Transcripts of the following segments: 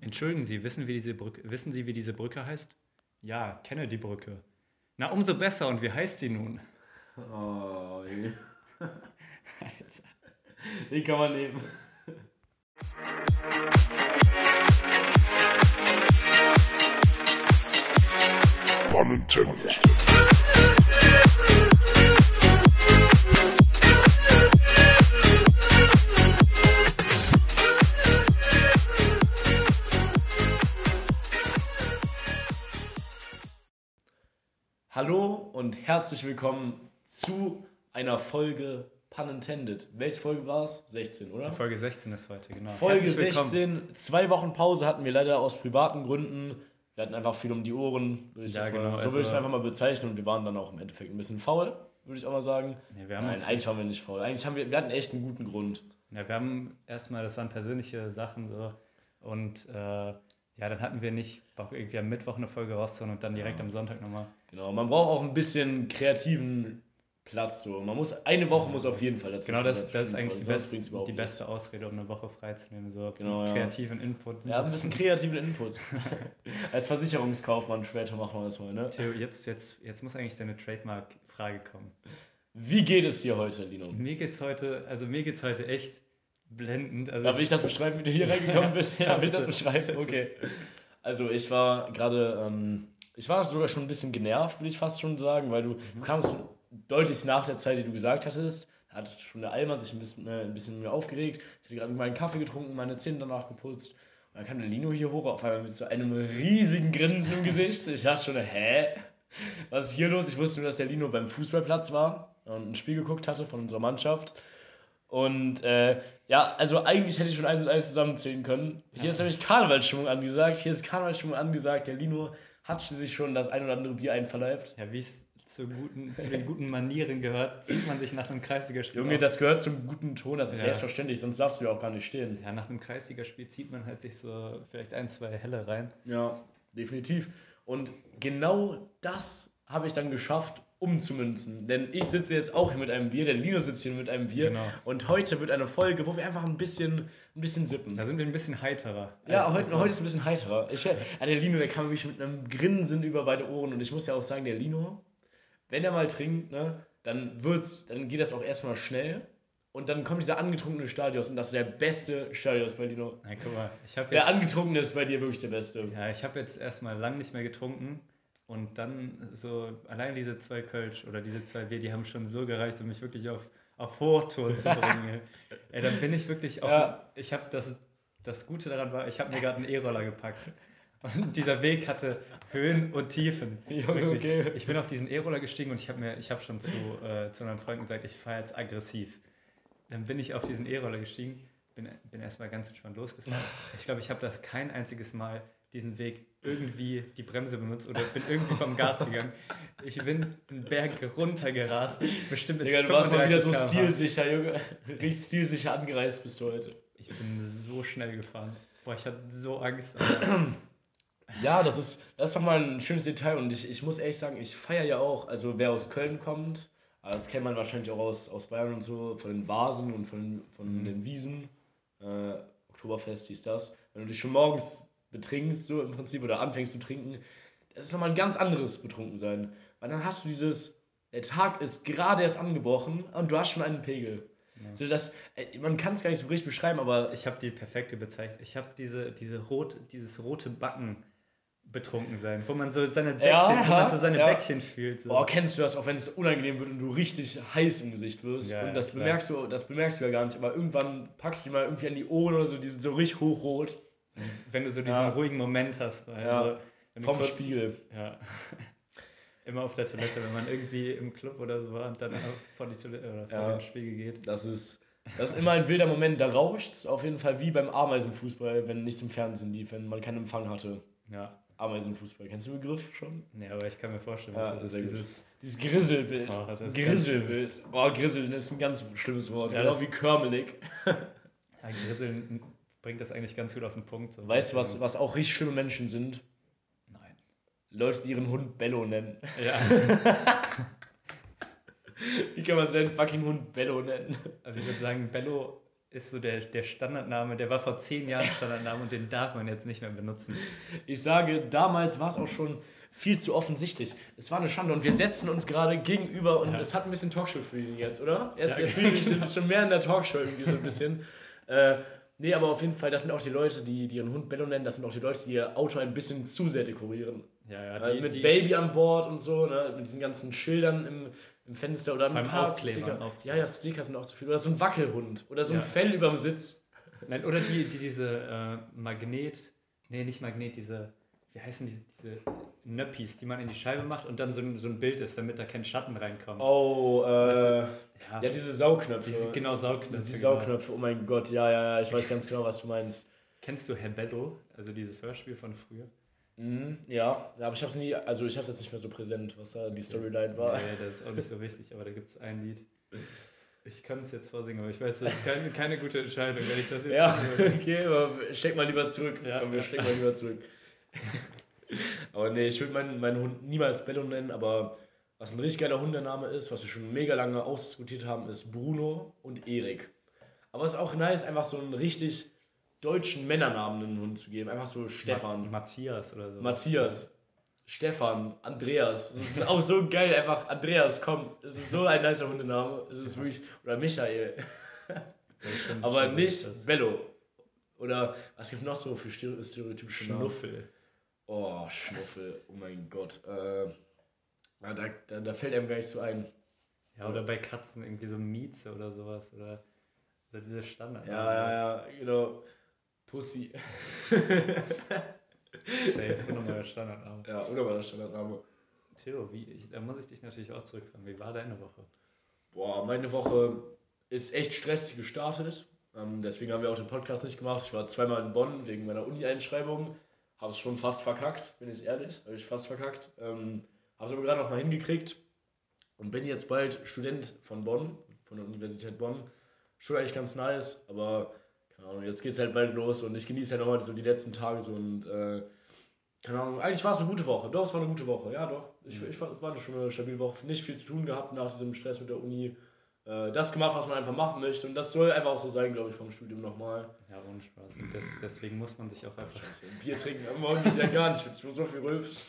Entschuldigen Sie, wissen Sie, wie diese Brücke heißt? Ja, kenne die Brücke. Na, umso besser. Und wie heißt sie nun? Oh, je. Alter. Den kann man nehmen. Pun intended. Hallo und herzlich willkommen zu einer Folge Pun intended. Welche Folge war es? 16, oder? Die Folge 16 ist heute, genau. Folge Herzlich willkommen. 16. 2 Wochen Pause hatten wir leider aus privaten Gründen. Wir hatten einfach viel um die Ohren. So würde ich es einfach mal bezeichnen. Und wir waren dann auch im Endeffekt ein bisschen faul, würde ich auch mal sagen. Ja, Eigentlich waren wir nicht faul. Wir hatten echt einen guten Grund. Ja, wir haben erstmal, das waren persönliche Sachen so. Und dann hatten wir nicht Bock, irgendwie am Mittwoch eine Folge rauszuholen und dann direkt am Sonntag nochmal. Genau, man braucht auch ein bisschen kreativen Platz. So. Eine Woche muss auf jeden Fall dazu. Genau, das ist eigentlich die beste Ausrede, um eine Woche freizunehmen. So genau, kreativen Input. Ja, ein bisschen kreativen Input. Als Versicherungskaufmann später machen wir das mal, ne? Theo, jetzt muss eigentlich deine Trademark-Frage kommen. Wie geht es dir heute, Lino? Mir geht's heute echt blendend. Also darf ich das beschreiben, wie du hier reingekommen bist? Ja, darf ich das beschreiben? Okay. Also ich war gerade, ich war sogar schon ein bisschen genervt, würde ich fast schon sagen, weil du kamst deutlich nach der Zeit, die du gesagt hattest. Da hat schon der Alman sich ein bisschen mit mir aufgeregt. Ich hatte gerade meinen Kaffee getrunken, meine Zähne danach geputzt. Und dann kam der Lino hier hoch, auf einmal mit so einem riesigen Grinsen im Gesicht. Ich dachte schon, was ist hier los? Ich wusste nur, dass der Lino beim Fußballplatz war und ein Spiel geguckt hatte von unserer Mannschaft. Und also eigentlich hätte ich schon 1 und 1 zusammenzählen können. Hier ist nämlich Karnevalsstimmung angesagt. Der Lino hat sich schon das ein oder andere Bier einverleibt. Ja, wie es zu den guten Manieren gehört, zieht man sich nach einem Kreisligaspiel. Junge, das gehört zum guten Ton, das ist selbstverständlich, sonst darfst du ja auch gar nicht stehen. Ja, nach einem Kreisligaspiel zieht man halt sich so vielleicht 1, 2 Helle rein. Ja, definitiv. Und genau das habe ich dann geschafft, umzumünzen. Denn ich sitze jetzt auch hier mit einem Bier, der Lino sitzt hier mit einem Bier. Genau. Und heute wird eine Folge, wo wir einfach ein bisschen sippen. Da sind wir ein bisschen heiterer. Ja, heute ist ein bisschen heiterer. Der Lino, der kam wirklich mit einem Grinsen über beide Ohren. Und ich muss ja auch sagen, der Lino, wenn er mal trinkt, ne, dann geht das auch erstmal schnell. Und dann kommt dieser angetrunkene Stadios und das ist der beste Stadios bei Lino. Ja, guck mal, der angetrunkene ist bei dir wirklich der beste. Ja, ich habe jetzt erstmal lang nicht mehr getrunken. Und dann so, allein diese 2 Kölsch oder diese 2 Bier, die haben schon so gereicht, um mich wirklich auf Hochtouren zu bringen. Ey, dann bin ich wirklich ich habe das Gute daran war, ich habe mir gerade einen E-Roller gepackt. Und dieser Weg hatte Höhen und Tiefen. Okay. Ich bin auf diesen E-Roller gestiegen und ich habe schon zu meinem Freund gesagt, ich fahre jetzt aggressiv. Dann bin ich auf diesen E-Roller gestiegen, bin erstmal ganz entspannt losgefahren. Ich glaube, ich habe das kein einziges Mal diesen Weg irgendwie die Bremse benutzt oder bin irgendwie vom Gas gegangen. Ich bin einen Berg runtergerast, bestimmt mit 35 du warst mal wieder so km/h. stilsicher, Junge. Richtig stilsicher angereist bist du heute. Ich bin so schnell gefahren. Boah, ich hatte so Angst. Ja, das ist doch mal ein schönes Detail und ich muss ehrlich sagen, ich feiere ja auch, also wer aus Köln kommt, das kennt man wahrscheinlich auch aus Bayern und so, von den Vasen und von den Wiesen, Oktoberfest, dies, das. Wenn du dich schon morgens betrinkst, so im Prinzip, oder anfängst zu trinken, das ist nochmal ein ganz anderes Betrunkensein. Weil dann hast du der Tag ist gerade erst angebrochen und du hast schon einen Pegel. Ja. So man kann es gar nicht so richtig beschreiben, aber... Ich habe die perfekte Bezeichnung. Ich habe dieses rote Backen betrunken sein, wo man so seine Bäckchen fühlt. So. Oh, kennst du das, auch wenn es unangenehm wird und du richtig heiß im Gesicht wirst. Ja, und das bemerkst du ja gar nicht, aber irgendwann packst du die mal irgendwie an die Ohren oder so, die sind so richtig hochrot. Wenn du so diesen ruhigen Moment hast. Also, vom Spiegel. Ja. Immer auf der Toilette, wenn man irgendwie im Club oder so war und dann vor die Toilette oder vor den Spiegel geht. Das ist immer ein wilder Moment. Da rauscht es auf jeden Fall wie beim Ameisenfußball, wenn nichts im Fernsehen lief, wenn man keinen Empfang hatte. Ja. Ameisenfußball. Kennst du den Begriff schon? Nee, aber ich kann mir vorstellen, was das ist. Dieses Grisselbild. Grisselbild. Boah, Grisseln ist ein ganz schlimmes Wort. Ja, genau wie körmelig. Ja, Grisseln bringt das eigentlich ganz gut auf den Punkt. So. Weißt du, was auch richtig schlimme Menschen sind? Nein. Leute, die ihren Hund Bello nennen. Ja. Wie kann man seinen fucking Hund Bello nennen? Also ich würde sagen, Bello ist so der Standardname, der war vor 10 Jahren Standardname und den darf man jetzt nicht mehr benutzen. Ich sage, damals war es auch schon viel zu offensichtlich. Es war eine Schande und wir setzen uns gerade gegenüber und es hat ein bisschen Talkshow-Feeling jetzt, oder? Jetzt fühle ich mich schon mehr in der Talkshow irgendwie so ein bisschen. Nee, aber auf jeden Fall, das sind auch die Leute, die ihren Hund Bello nennen, das sind auch die Leute, die ihr Auto ein bisschen zu sehr dekorieren. Ja, mit Baby an Bord und so, ne? Mit diesen ganzen Schildern im Fenster oder ein paar Sticker. Ja, Sticker sind auch zu viel. Oder so ein Wackelhund oder so ein Fell überm Sitz. Nein, oder diese nicht Magnet, wie heißen diese Nöppis, die man in die Scheibe macht und dann so ein Bild ist, damit da kein Schatten reinkommt. Oh, diese Saugknöpfe. Saugknöpfe. Die Saugknöpfe, oh mein Gott, ja, ich weiß ganz genau, was du meinst. Kennst du Herr Bello, also dieses Hörspiel von früher? Ja, aber ich hab's jetzt nicht mehr so präsent, was da die Storyline war. Ja, das ist auch nicht so wichtig, aber da gibt es ein Lied. Ich kann es jetzt vorsingen, aber ich weiß, das ist keine gute Entscheidung, wenn ich das jetzt... Ja, okay, aber steck mal lieber zurück. Ja. Komm, wir stecken mal lieber zurück. Aber nee, ich würde meinen Hund niemals Bello nennen, aber was ein richtig geiler Hundename ist, was wir schon mega lange ausdiskutiert haben, ist Bruno und Erik. Aber es ist auch nice, einfach so einen richtig deutschen Männernamen einen Hund zu geben. Einfach so Stefan. Matthias oder so. Matthias. Stefan. Andreas. Das ist auch so geil, einfach Andreas, komm. Das ist so ein nicer Hundename. Das ist wirklich... Oder Michael. Aber nicht Bello. Oder was gibt noch so für stereotypische Namen? Schnuffel. Oh, Schnuffel. Oh mein Gott. Da fällt einem gar nicht so ein. Ja, oder bei Katzen irgendwie so Mieze oder sowas. Oder so diese Standard. Ja, genau. Pussy. Safe, unnormaler Standardname. Ja, unnormaler Standardname. Theo, da muss ich dich natürlich auch zurückfragen. Wie war deine Woche? Boah, meine Woche ist echt stressig gestartet. Deswegen haben wir auch den Podcast nicht gemacht. Ich war zweimal in Bonn wegen meiner Uni-Einschreibung. Habe es schon fast verkackt, bin ich ehrlich. Habe ich fast verkackt. Habe es aber gerade noch mal hingekriegt. Und bin jetzt bald Student von Bonn, von der Universität Bonn. Schon eigentlich ganz nice, aber... Keine Ahnung, jetzt geht's halt bald los und ich genieße halt auch heute so die letzten Tage so und keine Ahnung, eigentlich war es eine gute Woche. Doch, es war eine gute Woche, ja doch. Ich war schon eine stabile Woche, nicht viel zu tun gehabt nach diesem Stress mit der Uni. Das gemacht, was man einfach machen möchte und das soll einfach auch so sein, glaube ich, vom Studium nochmal. Ja, ohne Spaß. Und deswegen muss man sich auch einfach... Scheiße, Bier trinken am Morgen geht ja gar nicht, ich muss so viel rülpsen.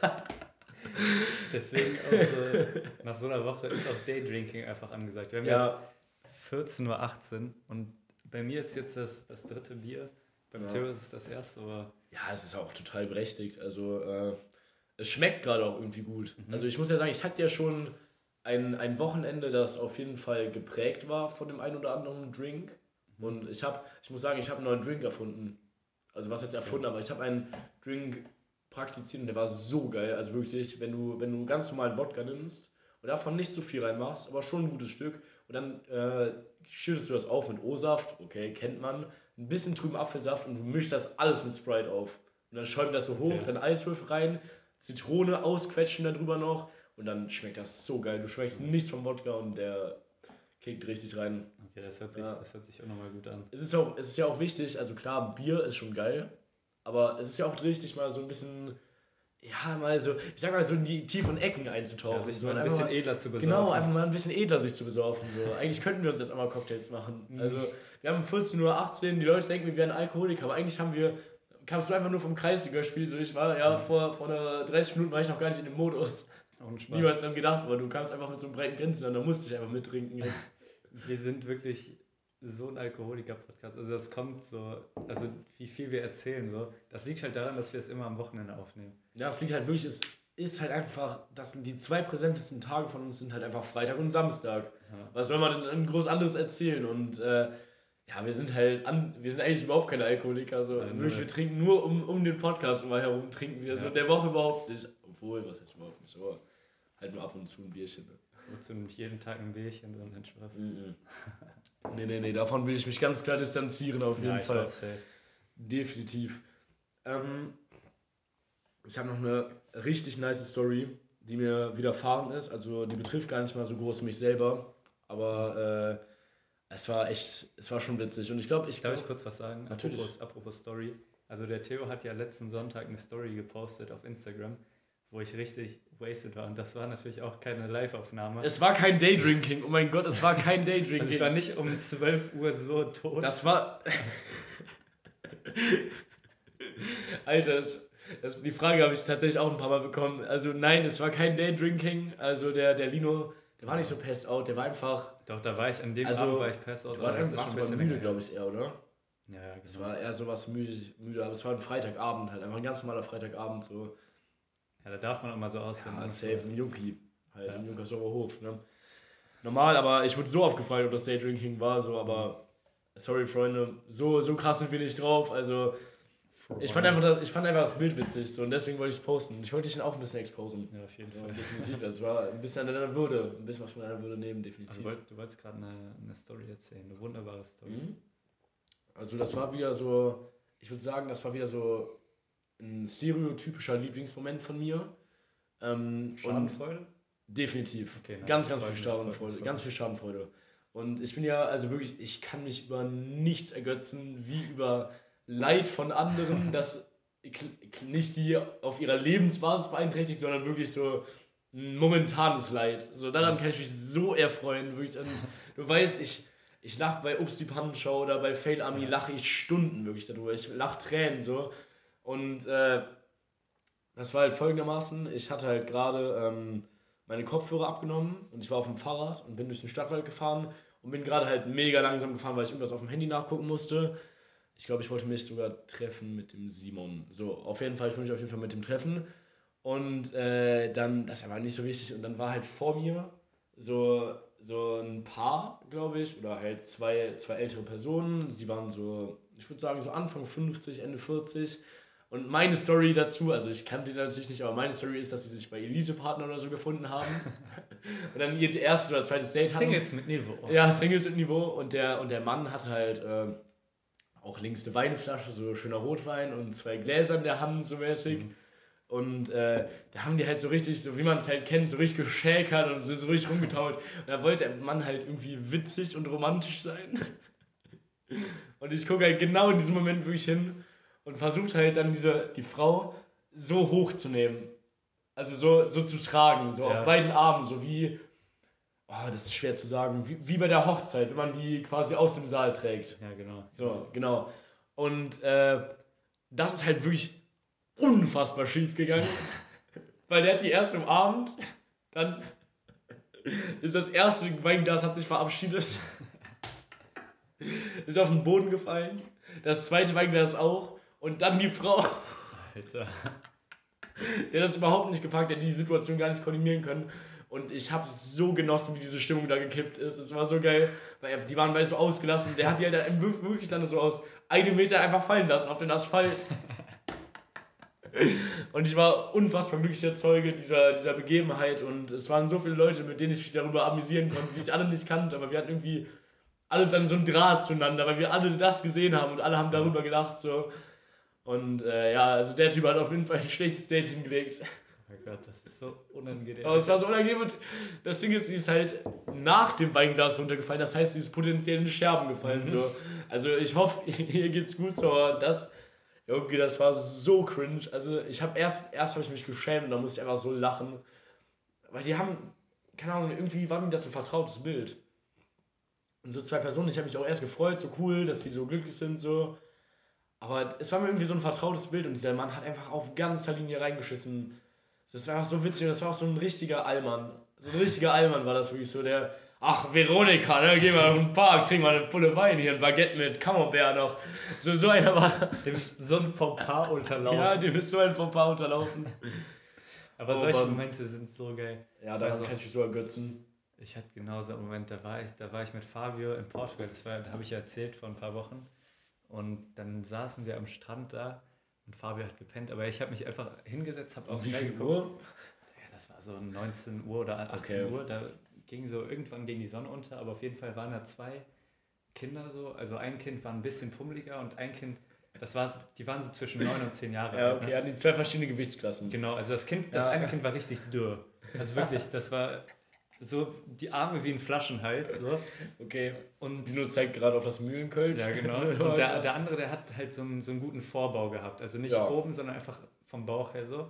Deswegen auch so, nach so einer Woche ist auch Daydrinking einfach angesagt. Wir haben jetzt 14.18 Uhr und bei mir ist jetzt das dritte Bier, beim Theo ist es das erste, aber... Ja, es ist auch total berechtigt, also es schmeckt gerade auch irgendwie gut. Also ich muss ja sagen, ich hatte ja schon ein Wochenende, das auf jeden Fall geprägt war von dem einen oder anderen Drink und ich muss sagen, ich habe einen neuen Drink erfunden. Also was heißt erfunden, aber ich habe einen Drink praktiziert und der war so geil, also wirklich, wenn du ganz normalen Wodka nimmst und davon nicht so viel reinmachst, aber schon ein gutes Stück und dann schüttest du das auf mit O-Saft, okay, kennt man, ein bisschen trüben Apfelsaft und du mischst das alles mit Sprite auf. Und dann schäumt das so hoch, dann Eiswürfel rein, Zitrone ausquetschen da drüber noch und dann schmeckt das so geil. Du schmeckst nichts vom Wodka und der kickt richtig rein. Okay, das hört sich auch nochmal gut an. Es ist ja auch wichtig, also klar, Bier ist schon geil, aber es ist ja auch richtig, mal so ein bisschen... Ja, mal so, ich sag mal so in die tiefen Ecken einzutauchen. Ja, sich mal ein bisschen edler zu besaufen. Genau, einfach mal ein bisschen edler sich zu besaufen. So. Eigentlich könnten wir uns jetzt auch mal Cocktails machen. Also, wir haben 14.18 Uhr, die Leute denken, wir wären Alkoholiker, aber eigentlich kamst du einfach nur vom Kreisliga-Spiel. So, ich war, vor 30 Minuten war ich noch gar nicht in dem Modus. Niemals dran gedacht, aber du kamst einfach mit so einem breiten Grinsen und da musste ich einfach mittrinken jetzt. Wir sind wirklich so ein Alkoholiker-Podcast. Also das kommt so, also wie viel wir erzählen, so. Das liegt halt daran, dass wir es immer am Wochenende aufnehmen. Ja, es liegt halt wirklich, es ist halt einfach, die zwei präsentesten Tage von uns sind halt einfach Freitag und Samstag. Ja. Was soll man denn groß anderes erzählen? Und wir sind eigentlich überhaupt keine Alkoholiker. Also, wir trinken nur um den Podcast immer herum, trinken wir so der Woche überhaupt nicht. Obwohl, was heißt überhaupt nicht, aber halt nur ab und zu ein Bierchen. Ne? Wozu nicht jeden Tag ein Bierchen, sondern Spaß. Nee, davon will ich mich ganz klar distanzieren, auf jeden Fall. Auch, definitiv. Ich habe noch eine richtig nice Story, die mir widerfahren ist. Also die betrifft gar nicht mal so groß mich selber, aber es war schon witzig. Und ich glaube, Darf ich kurz was sagen? Natürlich. Apropos Story. Also der Theo hat ja letzten Sonntag eine Story gepostet auf Instagram, wo ich richtig wasted war. Und das war natürlich auch keine Live-Aufnahme. Es war kein Daydrinking, oh mein Gott, es war kein Daydrinking. Also ich war nicht um 12 Uhr so tot. Das war... Alter, die Frage habe ich tatsächlich auch ein paar Mal bekommen. Also nein, es war kein Daydrinking. Also der Lino, der war nicht so passed out, der war einfach... Doch, da war ich, an dem Also, Abend war ich passed out. Du warst aber müde, glaube ich, eher, oder? Ja, genau. Es war eher sowas müde, aber es war ein Freitagabend halt, einfach ein ganz normaler Freitagabend so. Ja, da darf man auch mal so aussehen. Ja, safe, im Junkie, halt, im Junkersdorfer Hof, ne? Normal, aber ich wurde so oft gefragt, ob das Daydrinking war, so, aber sorry, Freunde, so krass sind wir nicht drauf, also ich fand einfach das Bild witzig, so, und deswegen wollte ich es posten. Ich wollte dich auch ein bisschen exposen. Ja, auf jeden Ja, Fall. definitiv, es war ein bisschen an deiner Würde, ein bisschen was von deiner Würde nehmen, definitiv. Also, du wolltest gerade eine Story erzählen, eine wunderbare Story. Also das war wieder so, ich würde sagen, das war wieder so ein stereotypischer Lieblingsmoment von mir. Schadenfreude? Definitiv. Okay, nice. Ganz viel Freut mich, Schadenfreude. freut mich. Ganz viel Schadenfreude. Und ich bin ja, also wirklich, ich kann mich über nichts ergötzen, wie über Leid von anderen, das nicht die auf ihrer Lebensbasis beeinträchtigt, sondern wirklich so ein momentanes Leid. So daran kann ich mich so erfreuen. Wirklich. Und du weißt, ich lache bei Ups die Pannenshow oder bei Fail Army, lache ich Stunden wirklich darüber. Ich lache Tränen so. Und das war halt folgendermaßen, ich hatte halt gerade meine Kopfhörer abgenommen und ich war auf dem Fahrrad und bin durch den Stadtwald gefahren und bin gerade halt mega langsam gefahren, weil ich irgendwas auf dem Handy nachgucken musste. Ich glaube, ich wollte mich sogar treffen mit dem Simon. So, auf jeden Fall, ich wollte mich auf jeden Fall mit dem treffen. Und dann, das war nicht so wichtig, und dann war halt vor mir so ein Paar, glaube ich, oder halt zwei ältere Personen. Die waren so, ich würde sagen, so Anfang 50, Ende 40. Und meine Story dazu, also ich kannte die natürlich nicht, aber meine Story ist, dass sie sich bei Elite-Partner oder so gefunden haben. Und dann ihr erstes oder zweites Date hatten. Singles mit Niveau. Ja, Singles mit Niveau. Und der Mann hat halt auch links eine Weinflasche, so schöner Rotwein und 2 Gläser in der Hand, so mäßig. Und da haben die halt so richtig, so wie man es halt kennt, so richtig geschäkert und sind so richtig rumgetaut. Und da wollte der Mann halt irgendwie witzig und romantisch sein. Und ich gucke halt genau in diesem Moment wirklich hin und versucht halt dann die Frau so hochzunehmen. Also so zu tragen, so auf beiden Armen, so wie, das ist schwer zu sagen, wie bei der Hochzeit, wenn man die quasi aus dem Saal trägt. Ja, genau. So, genau. Und das ist halt wirklich unfassbar schief gegangen, weil der hat die erst umarmt, dann ist das erste Weinglas hat sich verabschiedet, ist auf den Boden gefallen, das zweite Weinglas auch und dann die Frau. Alter. Der hat das überhaupt nicht gepackt, der hat die Situation gar nicht koordinieren können. Und ich habe so genossen, wie diese Stimmung da gekippt ist. Es war so geil, weil die waren beide so ausgelassen. Der hat die halt wirklich dann so aus 1 Meter einfach fallen lassen auf den Asphalt. Und ich war unfassbar glücklicher Zeuge dieser Begebenheit. Und es waren so viele Leute, mit denen ich mich darüber amüsieren konnte, die ich alle nicht kannte. Aber wir hatten irgendwie alles an so einem Draht zueinander, weil wir alle das gesehen haben und alle haben darüber gelacht. So. Und also der Typ hat auf jeden Fall ein schlechtes Date hingelegt. Oh mein Gott, das ist so unangenehm. Aber es war so unangenehm und das Ding ist, sie ist halt nach dem Weinglas runtergefallen, das heißt, sie ist potenziell in Scherben gefallen. So. Also ich hoffe, ihr geht's gut so, aber das war so cringe. Also ich habe erst habe ich mich geschämt und dann musste ich einfach so lachen. Weil die haben, keine Ahnung, irgendwie war mir das ein vertrautes Bild. Und so 2 Personen, ich habe mich auch erst gefreut, so cool, dass sie so glücklich sind, so. Aber es war mir irgendwie so ein vertrautes Bild und dieser Mann hat einfach auf ganzer Linie reingeschissen. Das war einfach so witzig und das war auch so ein richtiger Allmann. So ein richtiger Allmann war das wirklich so, der, ach Veronika, ne, geh mal auf den Park, trink mal eine Pulle Wein, hier ein Baguette mit Camembert noch. So einer war. Dem ist so ein Fauxpas unterlaufen. Ja, dem ist so ein Fauxpas unterlaufen. Aber solche Momente sind so geil. Ja, da kann ich mich so ergötzen. Ich hatte genauso einen Moment, da war ich mit Fabio in Portugal, da habe ich ja erzählt vor ein paar Wochen. Und dann saßen wir am Strand da und Fabio hat gepennt, aber ich habe mich einfach hingesetzt, habe aufs Meer geguckt. Ja, das war so 19 Uhr oder 18 Uhr, da ging so irgendwann die Sonne unter, aber auf jeden Fall waren da 2 Kinder so, also ein Kind war ein bisschen pummeliger und ein Kind, die waren so zwischen 9 und 10 Jahre alt. Ja, okay, die 2 verschiedene Gewichtsklassen. Genau, also das eine Kind war richtig dürr. Also wirklich, das war so die Arme wie ein Flaschenhals. So. Okay. Und Dino zeigt gerade auf das Mühlenköln. Ja, genau. Und der andere, der hat halt so einen guten Vorbau gehabt. Also nicht oben, sondern einfach vom Bauch her so.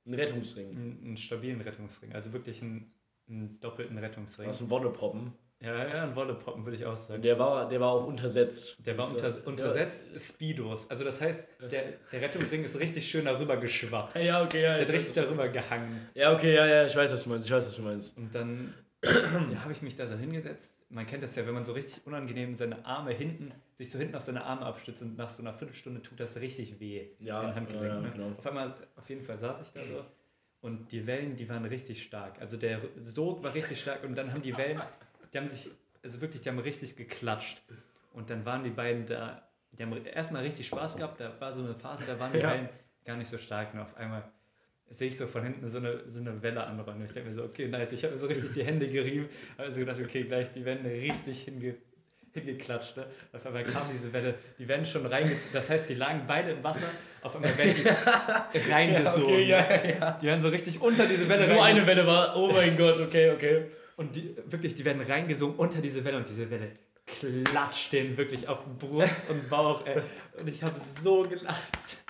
Ein Rettungsring. Einen stabilen Rettungsring, also wirklich einen doppelten Rettungsring. Was, ein Wonneproppen? Ja, ein Wolleproppen würde ich auch sagen. Und der war auch untersetzt. Der war untersetzt, Speedos. Also das heißt, der Rettungsring ist richtig schön darüber geschwappt. Ja, okay, ja. Der hat richtig darüber gehangen. Ja, okay, ja, ich weiß, was du meinst. Und dann habe ich mich da so hingesetzt. Man kennt das ja, wenn man so richtig unangenehm seine Arme sich so hinten auf seine Arme abstützt und nach so einer Viertelstunde tut das richtig weh. Ja, in Handgelenk, ne? genau. Auf jeden Fall saß ich da so und die Wellen, die waren richtig stark. Also der Sog war richtig stark und dann haben die Wellen, die haben richtig geklatscht. Und dann waren die beiden da, die haben erstmal richtig Spaß gehabt, da war so eine Phase, da waren die Wellen gar nicht so stark und auf einmal sehe ich so von hinten so eine Welle anrollen. Ich denke mir so, okay, nice, ich habe mir so richtig die Hände gerieben, habe so gedacht, okay, gleich die Wände richtig hingeklatscht. Ne? Auf einmal kam diese Welle, die werden schon reingezogen, das heißt, die lagen beide im Wasser, auf einmal werden die reingesogen. Ja, okay, ja. Die werden so richtig unter diese Welle So eine Welle war, oh mein Gott, okay. Und die werden reingesogen unter diese Welle und diese Welle klatscht denen wirklich auf Brust und Bauch. Ey. Und ich habe so gelacht.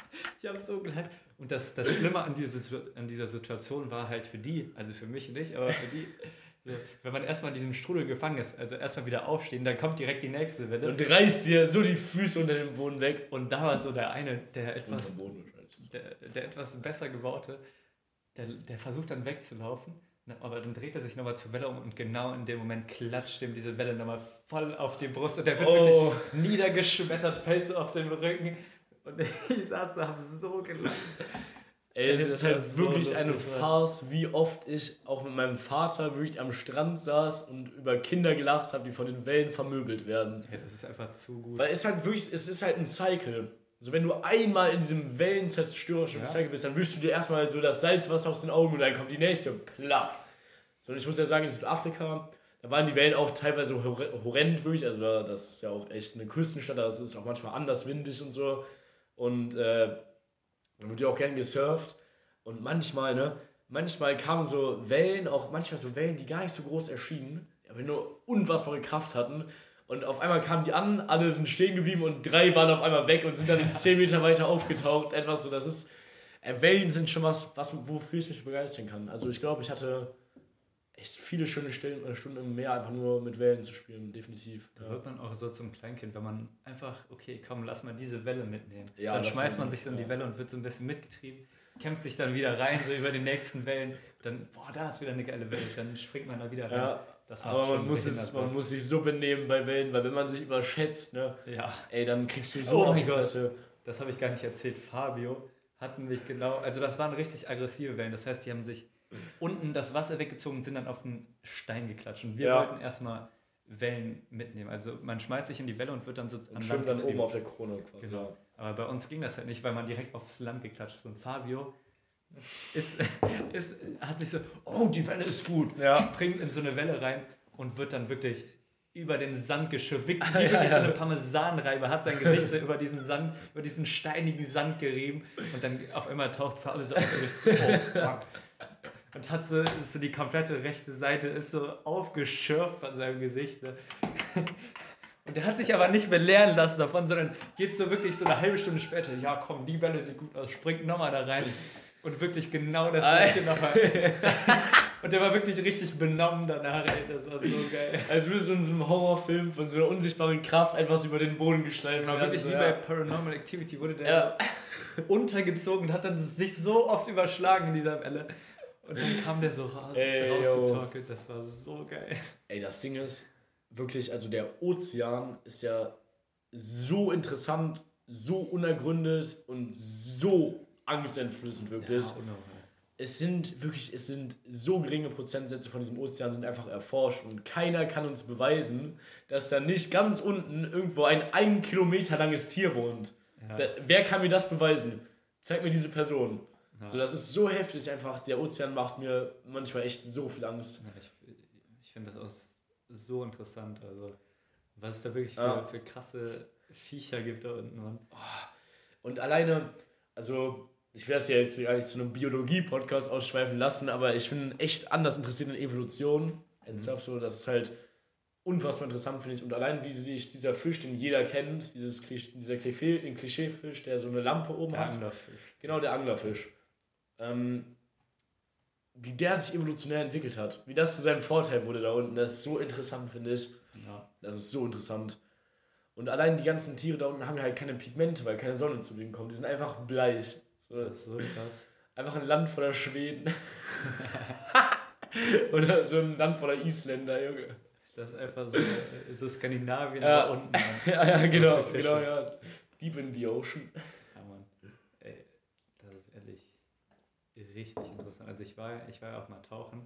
Und das Schlimme an dieser Situation war halt für die, also für mich nicht, aber für die, so, wenn man erstmal in diesem Strudel gefangen ist, also erstmal wieder aufstehen, dann kommt direkt die nächste Welle. Und reißt dir so die Füße unter dem Boden weg. Und da war so der eine, der etwas besser gebaute, der versucht dann wegzulaufen. Aber dann dreht er sich nochmal zur Welle um und genau in dem Moment klatscht ihm diese Welle nochmal voll auf die Brust und der wird wirklich niedergeschmettert, fällt so auf den Rücken und ich saß da, hab so gelacht. Ey, das ist halt wirklich so eine Farce, wie oft ich auch mit meinem Vater wirklich am Strand saß und über Kinder gelacht habe, die von den Wellen vermöbelt werden. Ja, das ist einfach zu gut. Weil es ist halt ein Cycle. Also wenn du einmal in diesem wellenzerstörerischen Cycle bist, dann wischst du dir erstmal so das Salzwasser aus den Augen und dann kommt die nächste und plapp. So, und ich muss ja sagen, in Südafrika, da waren die Wellen auch teilweise horrend wirklich, also das ist ja auch echt eine Küstenstadt, da ist es auch manchmal anders windig und so. Und dann wird ja auch gern gesurft. Und manchmal kamen so Wellen, auch manchmal so Wellen, die gar nicht so groß erschienen, aber nur unfassbare Kraft hatten. Und auf einmal kamen die an, alle sind stehen geblieben und 3 waren auf einmal weg und sind dann 10 Meter weiter aufgetaucht. Etwas so, das ist. Wellen sind schon was, wofür ich mich begeistern kann. Also ich glaube, ich hatte echt viele schöne Stunden im Meer, einfach nur mit Wellen zu spielen, definitiv. Da wird man auch so zum Kleinkind, wenn man einfach, okay, komm, lass mal diese Welle mitnehmen. Ja, dann schmeißt man sich so in die Welle und wird so ein bisschen mitgetrieben, kämpft sich dann wieder rein, so über die nächsten Wellen. Dann, da ist wieder eine geile Welle, dann springt man da wieder rein. Ja. Aber man muss sich so benehmen bei Wellen, weil wenn man sich überschätzt, ne, ey, dann kriegst du so auf die Fresse. Das habe ich gar nicht erzählt. Fabio hatten mich genau, also das waren richtig aggressive Wellen, das heißt, die haben sich unten das Wasser weggezogen und sind dann auf den Stein geklatscht. Und wir wollten erstmal Wellen mitnehmen. Also man schmeißt sich in die Welle und wird dann so an Land dann oben auf der Krone quasi. Genau. Ja. Aber bei uns ging das halt nicht, weil man direkt aufs Land geklatscht ist. Und Fabio hat sich so, die Welle ist gut, springt in so eine Welle rein und wird dann wirklich über den Sand geschwickt, wie wirklich so eine Parmesanreibe, hat sein Gesicht so über diesen steinigen Sand gerieben und dann auf einmal taucht Fabio so auf, so fuck. Und hat so die komplette rechte Seite ist so aufgeschürft von seinem Gesicht. Ne? Und der hat sich aber nicht belehren lassen davon, sondern geht so wirklich so eine halbe Stunde später, ja komm, die Welle sieht gut aus, springt nochmal da rein. Und wirklich genau das gleiche nochmal. Und der war wirklich richtig benommen danach, ey, das war so geil. Als würde so in so einem Horrorfilm von so einer unsichtbaren Kraft einfach über den Boden geschleift werden. Wirklich wie bei Paranormal Activity wurde der so untergezogen und hat dann sich so oft überschlagen in dieser Welle. Und dann kam der so rausgetorkelt, das war so geil. Ey, das Ding ist wirklich, also der Ozean ist ja so interessant, so unergründet und so angsteinflößend wirklich. Ja, es sind so geringe Prozentsätze von diesem Ozean sind einfach erforscht und keiner kann uns beweisen, dass da nicht ganz unten irgendwo ein 1 Kilometer langes Tier wohnt. Ja. Wer kann mir das beweisen? Zeig mir diese Person. Ja. So, das ist so heftig einfach. Der Ozean macht mir manchmal echt so viel Angst. Ja, ich finde das auch so interessant. Also, was es da wirklich für krasse Viecher gibt da unten, Mann. Und alleine, also ich werde es ja jetzt gar nicht zu einem Biologie-Podcast ausschweifen lassen, aber ich bin echt anders interessiert in Evolution. So, das ist halt unfassbar interessant, finde ich. Und allein wie sich dieser Fisch, den jeder kennt, dieser Klischeefisch, der so eine Lampe oben hat. Der Anglerfisch. Genau, der Anglerfisch. wie der sich evolutionär entwickelt hat. Wie das zu seinem Vorteil wurde da unten. Das ist so interessant, finde ich. Ja. Das ist so interessant. Und allein die ganzen Tiere da unten haben ja halt keine Pigmente, weil keine Sonne zu denen kommt. Die sind einfach bleich. So. Das ist so krass. Einfach ein Land voller Schweden. Oder so ein Land voller Isländer, Junge. Das ist einfach so Skandinavien Ja. da unten. Mann. Ja, genau, Für Fische. genau, ja. Deep in the ocean. Ja, Mann. Ey, das ist ehrlich richtig interessant. Also ich war ja auch mal tauchen.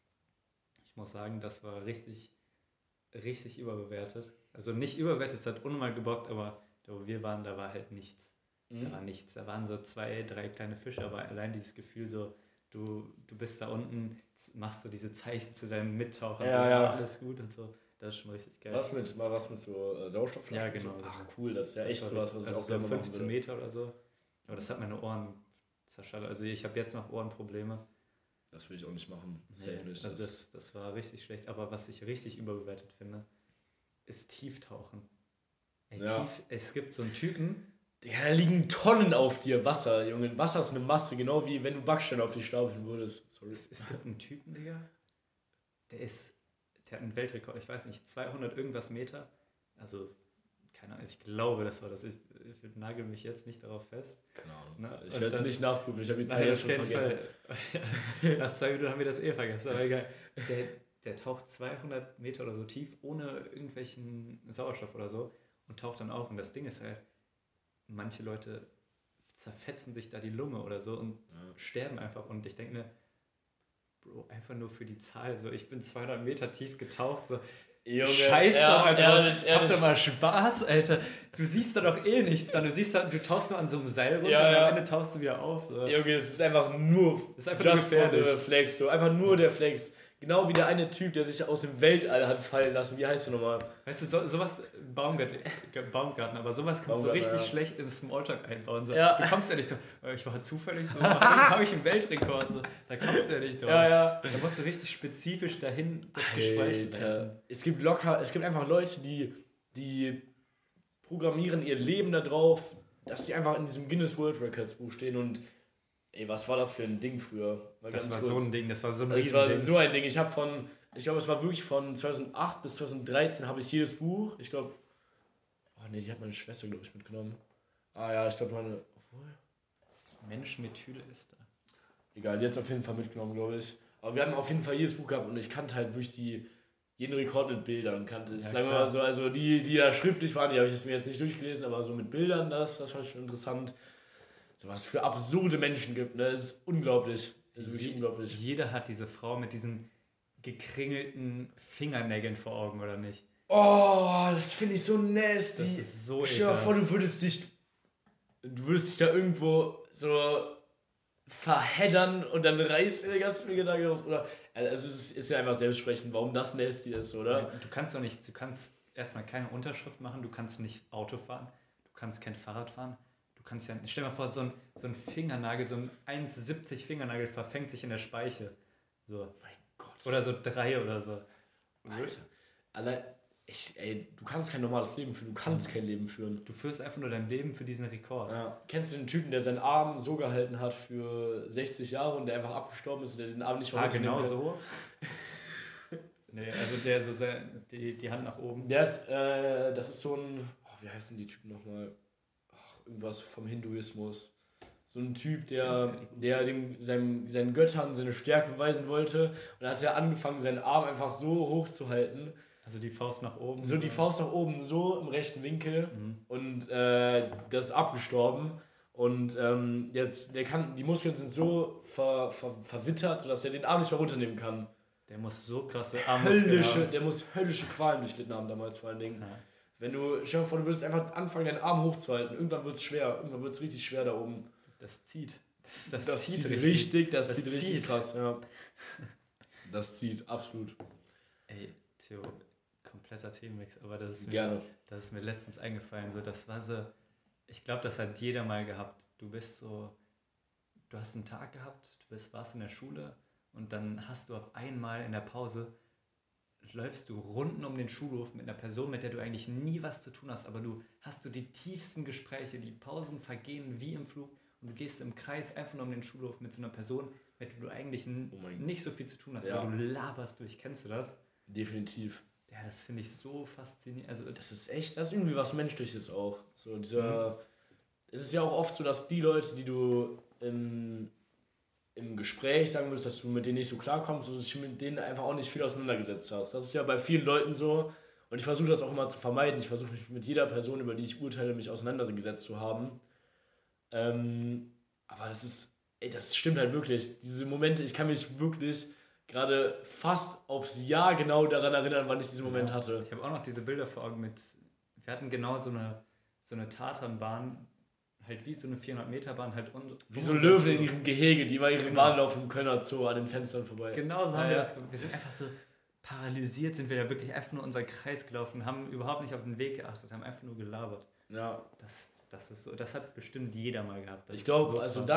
Ich muss sagen, das war richtig, richtig überbewertet. Also nicht überbewertet, es hat unnormal gebockt, aber da wo wir waren, da war halt nichts. Da war nichts. Da waren so 2, 3 kleine Fische, aber allein dieses Gefühl so, du bist da unten, machst so diese Zeichen zu deinem Mittaucher, Ja, so, ja. alles gut und so. Das ist schon richtig geil. Was mit so Sauerstoffflaschen? Ja, genau. So? Ach cool, das ist ja Das echt war sowas, richtig- was ich also auch so selber machen 15 würde. Meter oder so. Aber das hat meine Ohren zerschallert. Also ich habe jetzt noch Ohrenprobleme. Das will ich auch nicht machen. Nee, Safe nicht. also das war richtig schlecht. Aber was ich richtig überbewertet finde, ist Tieftauchen. Ey, Ja. Es gibt so einen Typen, Digga, da liegen Tonnen auf dir Wasser, Junge. Wasser ist eine Masse, genau wie wenn du Backsteine auf dich stapeln würdest. Sorry. es gibt einen Typen, Digga, der hat einen Weltrekord, ich weiß nicht, 200 irgendwas Meter. Also, keine Ahnung, ich glaube, das war das. Ich nagel mich jetzt nicht darauf fest. Keine Ahnung. Na, Ich und werde es dann- nicht nachprüfen, ich habe die Nein, Zeit auf schon jeden vergessen. Fall. Nach 2 Minuten haben wir das vergessen, aber egal. Der taucht 200 Meter oder so tief, ohne irgendwelchen Sauerstoff oder so und taucht dann auf. Und das Ding ist halt, manche Leute zerfetzen sich da die Lunge oder so und sterben einfach. Und ich denke mir, Bro, einfach nur für die Zahl. So, ich bin 200 Meter tief getaucht. So, Junge, scheiß ja, doch, Alter. ehrlich, Hab ehrlich. doch mal Spaß, Alter. Du siehst da doch eh nichts. Mann. Du siehst da, du tauchst nur an so einem Seil runter Ja, und ja. am Ende tauchst du wieder auf. So. Junge, es ist einfach nur Das ist einfach just nur for the gefährlich. flex, so. Einfach nur der Flex. Genau wie der eine Typ, der sich aus dem Weltall hat fallen lassen. Wie heißt der nochmal? Weißt du, sowas, Baumgarten, aber sowas kannst du Baumgarten, richtig ja. schlecht im Smalltalk einbauen. So. Ja. Du kommst ja nicht so, ich war zufällig so, habe ich einen Weltrekord. So. Da kommst du ja nicht so. Ja, ja. Da musst du richtig spezifisch dahin das Gespräch leiten. Alter. Es gibt einfach Leute, die programmieren ihr Leben darauf, dass sie einfach in diesem Guinness World Records Buch stehen und ey, was war das für ein Ding früher? Mal Das ganz war kurz. so ein Ding, das war so ein Das war Riesending. so ein Ding. Ich glaube, es war wirklich von 2008 bis 2013 habe ich jedes Buch. Ich glaube, oh ne, die hat meine Schwester, glaube ich, mitgenommen. Ah ja, ich glaube obwohl, Menschenmethylester. egal, die hat es auf jeden Fall mitgenommen, glaube ich. Aber wir haben auf jeden Fall jedes Buch gehabt und ich kannte halt wirklich jeden Rekord mit Bildern, kannte ich. Ja, Sagen wir klar. mal so, also die da schriftlich waren, die habe ich mir jetzt nicht durchgelesen, aber so mit Bildern, das fand ich schon interessant. So was es für absurde Menschen gibt, ne? Das ist unglaublich. Das ist wirklich unglaublich. Jeder hat diese Frau mit diesen gekringelten Fingernägeln vor Augen, oder nicht? Oh, das finde ich so nasty. Das ist so Stell dir mal ekelhaft. vor, du würdest dich da irgendwo so verheddern und dann reißt dir der ganze Fingernagel raus. Oder, also es ist ja einfach selbstsprechend, warum das nasty ist, oder? Du kannst erstmal keine Unterschrift machen, du kannst nicht Auto fahren, du kannst kein Fahrrad fahren, du kannst ja, stell dir mal vor, so ein Fingernagel, so ein 1,70 Fingernagel verfängt sich in der Speiche. So. Mein Gott. Oder so 3 oder so. Alter. Allein, du kannst kein normales Leben führen, du kannst kein Leben führen. Du führst einfach nur dein Leben für diesen Rekord. Ja. Kennst du den Typen, der seinen Arm so gehalten hat für 60 Jahre und der einfach abgestorben ist und der den Arm nicht mehr runternehmen Genau kann? so. Nee, also der so die Hand nach oben. Das ist so ein, wie heißen die Typen nochmal? Irgendwas vom Hinduismus. So ein Typ, der seinen Göttern seine Stärke beweisen wollte und dann hat er angefangen, seinen Arm einfach so hoch zu halten. Also die Faust nach oben. So die Faust nach oben, so im rechten Winkel und das ist abgestorben. Und jetzt, die Muskeln sind so verwittert, sodass er den Arm nicht mehr runternehmen kann. Der muss so krasse Armmuskeln haben. Der muss höllische Qualen durchlitten haben damals vor allen Dingen. Ja. Wenn stell dir vor, du würdest einfach anfangen, deinen Arm hochzuhalten. Irgendwann wird es schwer. Irgendwann wird es richtig schwer da oben. Das zieht. Das zieht richtig Das richtig zieht. krass. Ja. Das zieht, absolut. Ey, Theo, kompletter Themenmix, aber das Gerne. ist mir letztens eingefallen. So, das war so, ich glaube, das hat jeder mal gehabt. Du hast einen Tag gehabt, warst in der Schule und dann hast du auf einmal in der Pause, läufst du Runden um den Schulhof mit einer Person, mit der du eigentlich nie was zu tun hast, aber du die tiefsten Gespräche, die Pausen vergehen wie im Flug und du gehst im Kreis einfach nur um den Schulhof mit so einer Person, mit der du eigentlich nicht so viel zu tun hast, Ja. aber du laberst durch. Kennst du das? Definitiv. Ja, das finde ich so faszinierend. Also, Das ist irgendwie was Menschliches auch. So dieser, es ist ja auch oft so, dass die Leute, die du im Gespräch sagen würdest, dass du mit denen nicht so klarkommst und dich mit denen einfach auch nicht viel auseinandergesetzt hast. Das ist ja bei vielen Leuten so und ich versuche das auch immer zu vermeiden. Ich versuche mich mit jeder Person, über die ich urteile, mich auseinandergesetzt zu haben. Aber das stimmt halt wirklich. Diese Momente, ich kann mich wirklich gerade fast aufs Jahr genau daran erinnern, wann ich diesen Moment hatte. ich habe auch noch diese Bilder vor Augen wir hatten genau so eine Tatanbahn, halt wie so eine 400-Meter-Bahn, halt Wie so Löwen in ihrem Gehege, die immer ihre Bahn laufen können, halt so an den Fenstern vorbei. Genau so haben wir das. Wir sind einfach so paralysiert, sind wir da wirklich einfach nur unseren Kreis gelaufen, haben überhaupt nicht auf den Weg geachtet, haben einfach nur gelabert. Ja. Das ist so, das hat bestimmt jeder mal gehabt. Ich glaube,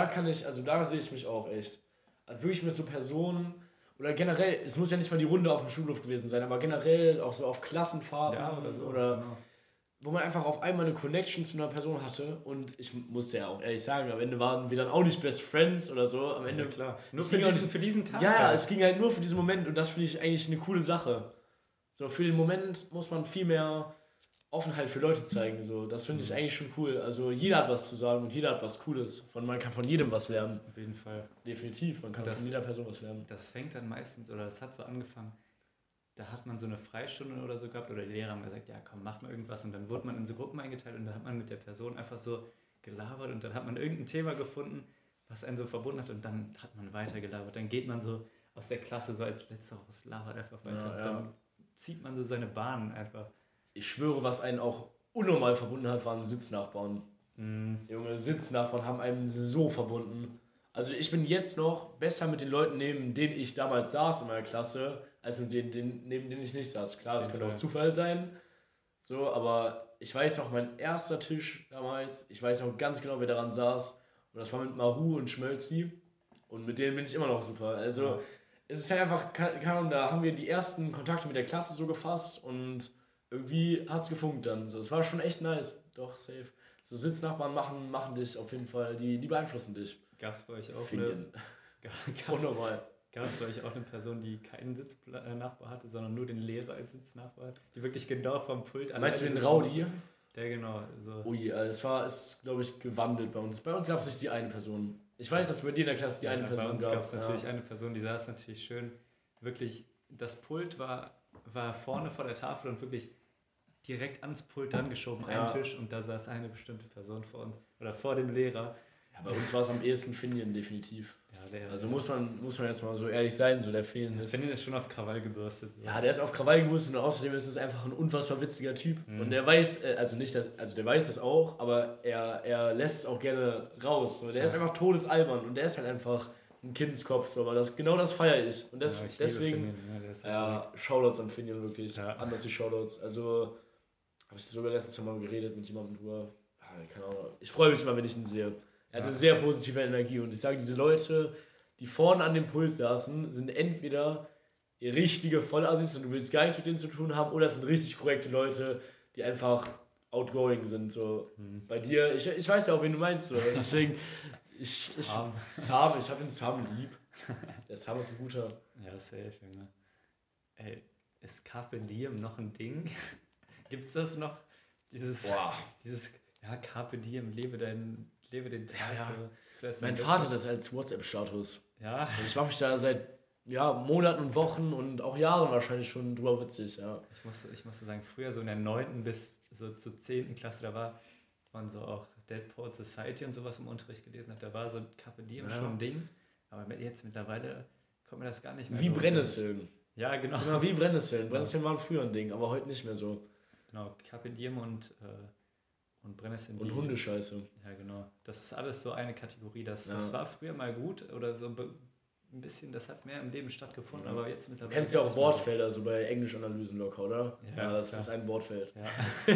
da sehe ich mich auch echt. Also wirklich mit so Personen, oder generell, es muss ja nicht mal die Runde auf dem Schulhof gewesen sein, aber generell auch so auf Klassenfahrten oder so. Oder wo man einfach auf einmal eine Connection zu einer Person hatte und ich musste ja auch ehrlich sagen, am Ende waren wir dann auch nicht Best Friends oder so, am Ende... Ja, klar. Nur für diesen Tag. Ja, es ging halt nur für diesen Moment und das finde ich eigentlich eine coole Sache. So, für den Moment muss man viel mehr Offenheit für Leute zeigen, so. Das finde ich eigentlich schon cool. Also jeder hat was zu sagen und jeder hat was Cooles. Man kann von jedem was lernen. Auf jeden Fall. Definitiv, man kann von jeder Person was lernen. Das fängt dann meistens, oder das hat so angefangen, da hat man so eine Freistunde oder so gehabt oder die Lehrer haben gesagt, ja komm, mach mal irgendwas und dann wurde man in so Gruppen eingeteilt und dann hat man mit der Person einfach so gelabert und dann hat man irgendein Thema gefunden, was einen so verbunden hat und dann hat man weiter gelabert. Dann geht man so aus der Klasse so als letzter raus, labert einfach weiter. Ja. Dann zieht man so seine Bahnen einfach. Ich schwöre, was einen auch unnormal verbunden hat, waren Sitznachbarn. Junge, Sitznachbarn haben einen so verbunden. Also ich bin jetzt noch besser mit den Leuten neben denen ich damals saß in meiner Klasse, als mit denen neben denen ich nicht saß. Klar, das könnte auch Zufall sein. So, aber ich weiß noch, mein erster Tisch damals, ich weiß noch ganz genau, wer daran saß. Und das war mit Maru und Schmölzi. Und mit denen bin ich immer noch super. Also es ist halt einfach, keine Ahnung, da haben wir die ersten Kontakte mit der Klasse so gefasst und irgendwie hat es gefunkt dann. So, es war schon echt nice. Doch, safe. So Sitznachbarn machen dich auf jeden Fall, die beeinflussen dich. Gab es bei euch auch eine Person, die keinen Sitznachbar hatte, sondern nur den Lehrer als Sitznachbar, die wirklich genau vom Pult... Weißt du den Raudi? Der genau, so. Ui, ist glaube ich gewandelt bei uns. Bei uns gab es nicht die eine Person. Ich weiß, dass bei dir in der Klasse die eine Person gab. Bei uns gab es natürlich ja. eine Person, die saß natürlich schön, wirklich, das Pult war vorne vor der Tafel und wirklich direkt ans Pult dran geschoben, ein Tisch und da saß eine bestimmte Person vor uns, oder vor dem Lehrer. Ja, bei uns war es am ehesten Finian, definitiv. Ja, also muss man jetzt mal so ehrlich sein, so der Finian ist... Finian ist schon auf Krawall gebürstet. So. Ja, der ist auf Krawall gebürstet und außerdem ist es einfach ein unfassbar witziger Typ. Und der weiß, der weiß das auch, aber er lässt es auch gerne raus. So. Der ist einfach todesalbern und der ist halt einfach ein Kindskopf, so, aber genau das feiere ich. Und deswegen, Shoutouts an Finian, wirklich. Ja. Anders die Shoutouts. Also, habe ich darüber letztens mal geredet mit jemandem drüber. Keine Ahnung. Ich freue mich mal, wenn ich ihn sehe. Er hat eine sehr positive Energie und ich sage, diese Leute, die vorne an dem Pult saßen, sind entweder richtige Vollassis und du willst gar nichts mit denen zu tun haben oder es sind richtig korrekte Leute, die einfach outgoing sind. So. Bei dir, ich weiß ja auch, wen du meinst. So. Deswegen, Sam, ich habe den Sam lieb. Der Sam ist ein guter. Ja, sehr schön. Ne? Ey, ist Carpe Diem noch ein Ding? Gibt's das noch? Dieses Carpe Diem, lebe den Tag. Ja. So. Mein Vater hat das als WhatsApp-Status. Ja. Und ich mache mich da seit Monaten und Wochen und auch Jahren wahrscheinlich schon drüber witzig. Ja. Ich musste sagen, früher so in der 9. bis so zur 10. Klasse, da war man so auch Dead Poet Society und sowas im Unterricht gelesen hat. Da war so Carpe Diem schon ein Ding. Aber jetzt mittlerweile kommt mir das gar nicht mehr. Wie Brennnesseln. Ja, genau. Genau, wie Brennnesseln. Brennnesseln waren früher ein Ding, aber heute nicht mehr so. Genau, Carpe Diem und Brennnesseln. Und Hundescheiße. Ja, genau. Das ist alles so eine Kategorie. Das war früher mal gut oder so ein bisschen, das hat mehr im Leben stattgefunden, aber jetzt mittlerweile... Du kennst ja auch Wortfelder, so bei Englischanalysen locker, oder? Ja, das ist ein Wortfeld. Ja.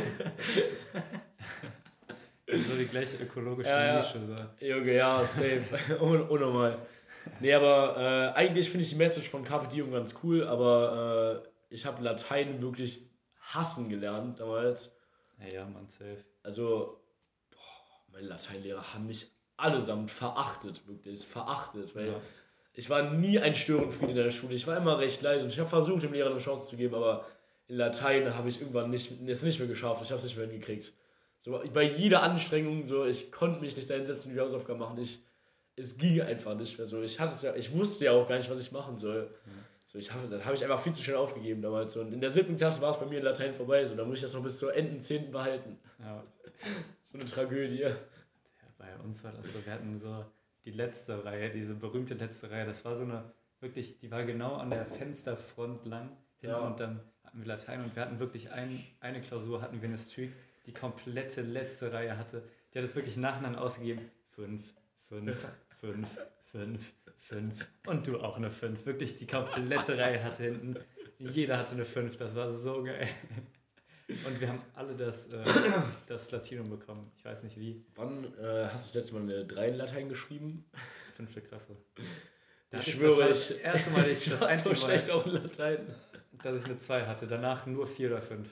So die gleiche ökologische Nische. So. Junge, ja, safe. Unnormal. Nee, aber eigentlich finde ich die Message von Carpe Diem ganz cool, aber ich habe Latein wirklich hassen gelernt damals. Ja, man, safe. Also, meine Lateinlehrer haben mich allesamt verachtet, wirklich, verachtet, weil Ja. ich war nie ein Störenfried in der Schule, ich war immer recht leise und ich habe versucht, dem Lehrer eine Chance zu geben, aber in Latein habe ich irgendwann nicht mehr geschafft, ich habe es nicht mehr hingekriegt. So, bei jeder Anstrengung, so, ich konnte mich nicht da hinsetzen und die Hausaufgaben machen, es ging einfach nicht mehr so. Ich wusste ja auch gar nicht, was ich machen soll. So, dann habe ich einfach viel zu schnell aufgegeben damals. Und in der 7. Klasse war es bei mir in Latein vorbei. So, da muss ich das noch bis zur Ende 10. behalten. Ja. So eine Tragödie. Ja, bei uns war das so, wir hatten so die letzte Reihe, diese berühmte letzte Reihe, das war so eine, wirklich, die war genau an der Fensterfront lang hin Ja. und dann hatten wir Latein und wir hatten wirklich eine Klausur, hatten wir eine Streak, die komplette letzte Reihe hatte, die hat es wirklich nacheinander ausgegeben, 5, 5, 5, 5, 5 und du auch eine 5, wirklich die komplette Reihe hatte hinten, jeder hatte eine 5, das war so geil. Und wir haben alle das Latinum bekommen. Ich weiß nicht wie. Wann hast du das letzte Mal eine 3 in Latein geschrieben? 5. Klasse. Ich schwöre, das erste Mal, ich war so schlecht auch in Latein. dass ich eine 2 hatte. Danach nur 4 oder 5.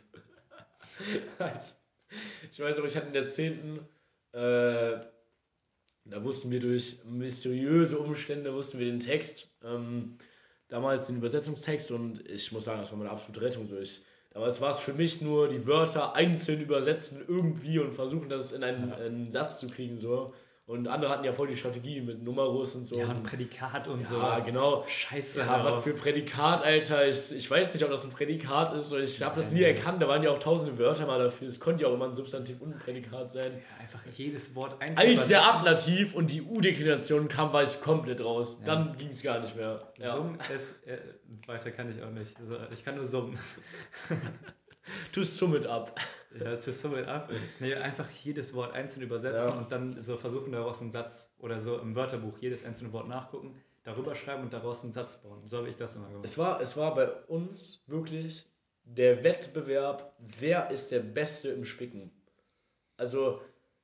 Ich weiß auch, ich hatte in der 10. Da wussten wir durch mysteriöse Umstände, den Text. Damals den Übersetzungstext und ich muss sagen, das war meine absolute Rettung. Damals war es für mich nur die Wörter einzeln übersetzen irgendwie und versuchen, das in einen Satz zu kriegen. So. Und andere hatten ja voll die Strategie mit Numerus und so. Ja, und Prädikat und ja, sowas. genau. Scheiße. Ja, was für Prädikat, Alter. Ich weiß nicht, ob das ein Prädikat ist. Ich habe das nie erkannt. Da waren ja auch tausende Wörter mal dafür. Es konnte ja auch immer ein Substantiv und ein Prädikat sein. Ja, einfach jedes Wort einzeln. Als der Ablativ und die U-Deklination kam, war ich komplett raus. Ja. Dann ging es gar nicht mehr. Ja. Summen, weiter kann ich auch nicht. Also, ich kann nur summen. To sum it up. Ja, zu sum it up. Nee, einfach jedes Wort einzeln übersetzen und dann so versuchen, daraus einen Satz oder so im Wörterbuch jedes einzelne Wort nachgucken, darüber schreiben und daraus einen Satz bauen. So habe ich das immer gemacht. Es war bei uns wirklich der Wettbewerb, wer ist der Beste im Spicken. Also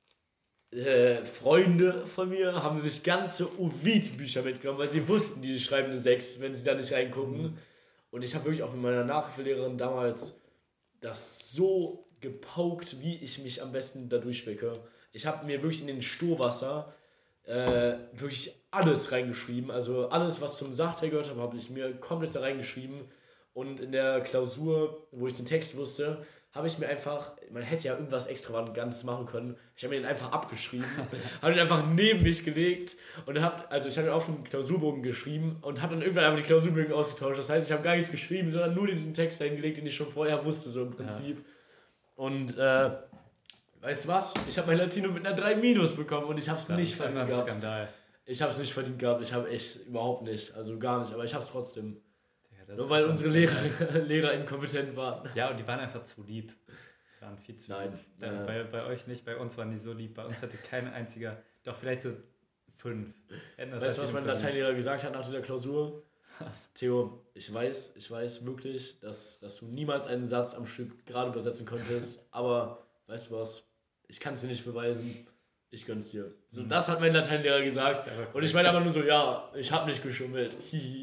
Freunde von mir haben sich ganze Ovid-Bücher mitgenommen, weil sie wussten, die schreiben eine 6, wenn sie da nicht reingucken. Und ich habe wirklich auch mit meiner Nachhilfelehrerin damals das so gepaukt, wie ich mich am besten da durchspicke. Ich habe mir wirklich in den Stohwasser wirklich alles reingeschrieben. Also alles, was zum Sachteil gehört habe, habe ich mir komplett da reingeschrieben. Und in der Klausur, wo ich den Text wusste, habe ich mir einfach, man hätte ja irgendwas Extravagantes machen können, ich habe mir den einfach abgeschrieben, habe den einfach neben mich gelegt und ich habe auf den Klausurbogen geschrieben und habe dann irgendwann einfach die Klausurbögen ausgetauscht. Das heißt, ich habe gar nichts geschrieben, sondern nur diesen Text hingelegt, den ich schon vorher wusste, so im Prinzip. Ja. Und weißt du was? Ich habe mein Latino mit einer 3- bekommen und ich habe es nicht verdient gehabt. Skandal. Ich habe es nicht verdient gehabt, ich habe echt überhaupt nicht, also gar nicht, aber ich habe es trotzdem. Ja, nur weil unsere Lehrer inkompetent waren. Ja, und die waren einfach zu lieb. Die waren viel zu lieb. Nein. Bei euch nicht, bei uns waren die so lieb. Bei uns hatte kein einziger, doch vielleicht so 5. Weißt du, was mein Lateinlehrer gesagt hat nach dieser Klausur? Was? Theo, ich weiß wirklich, dass du niemals einen Satz am Stück gerade übersetzen konntest, aber weißt du was? Ich kann es dir nicht beweisen. Ich gönn's dir. So, das hat mein Lateinlehrer gesagt. Und ich meine aber nur so, ja, ich habe nicht geschummelt.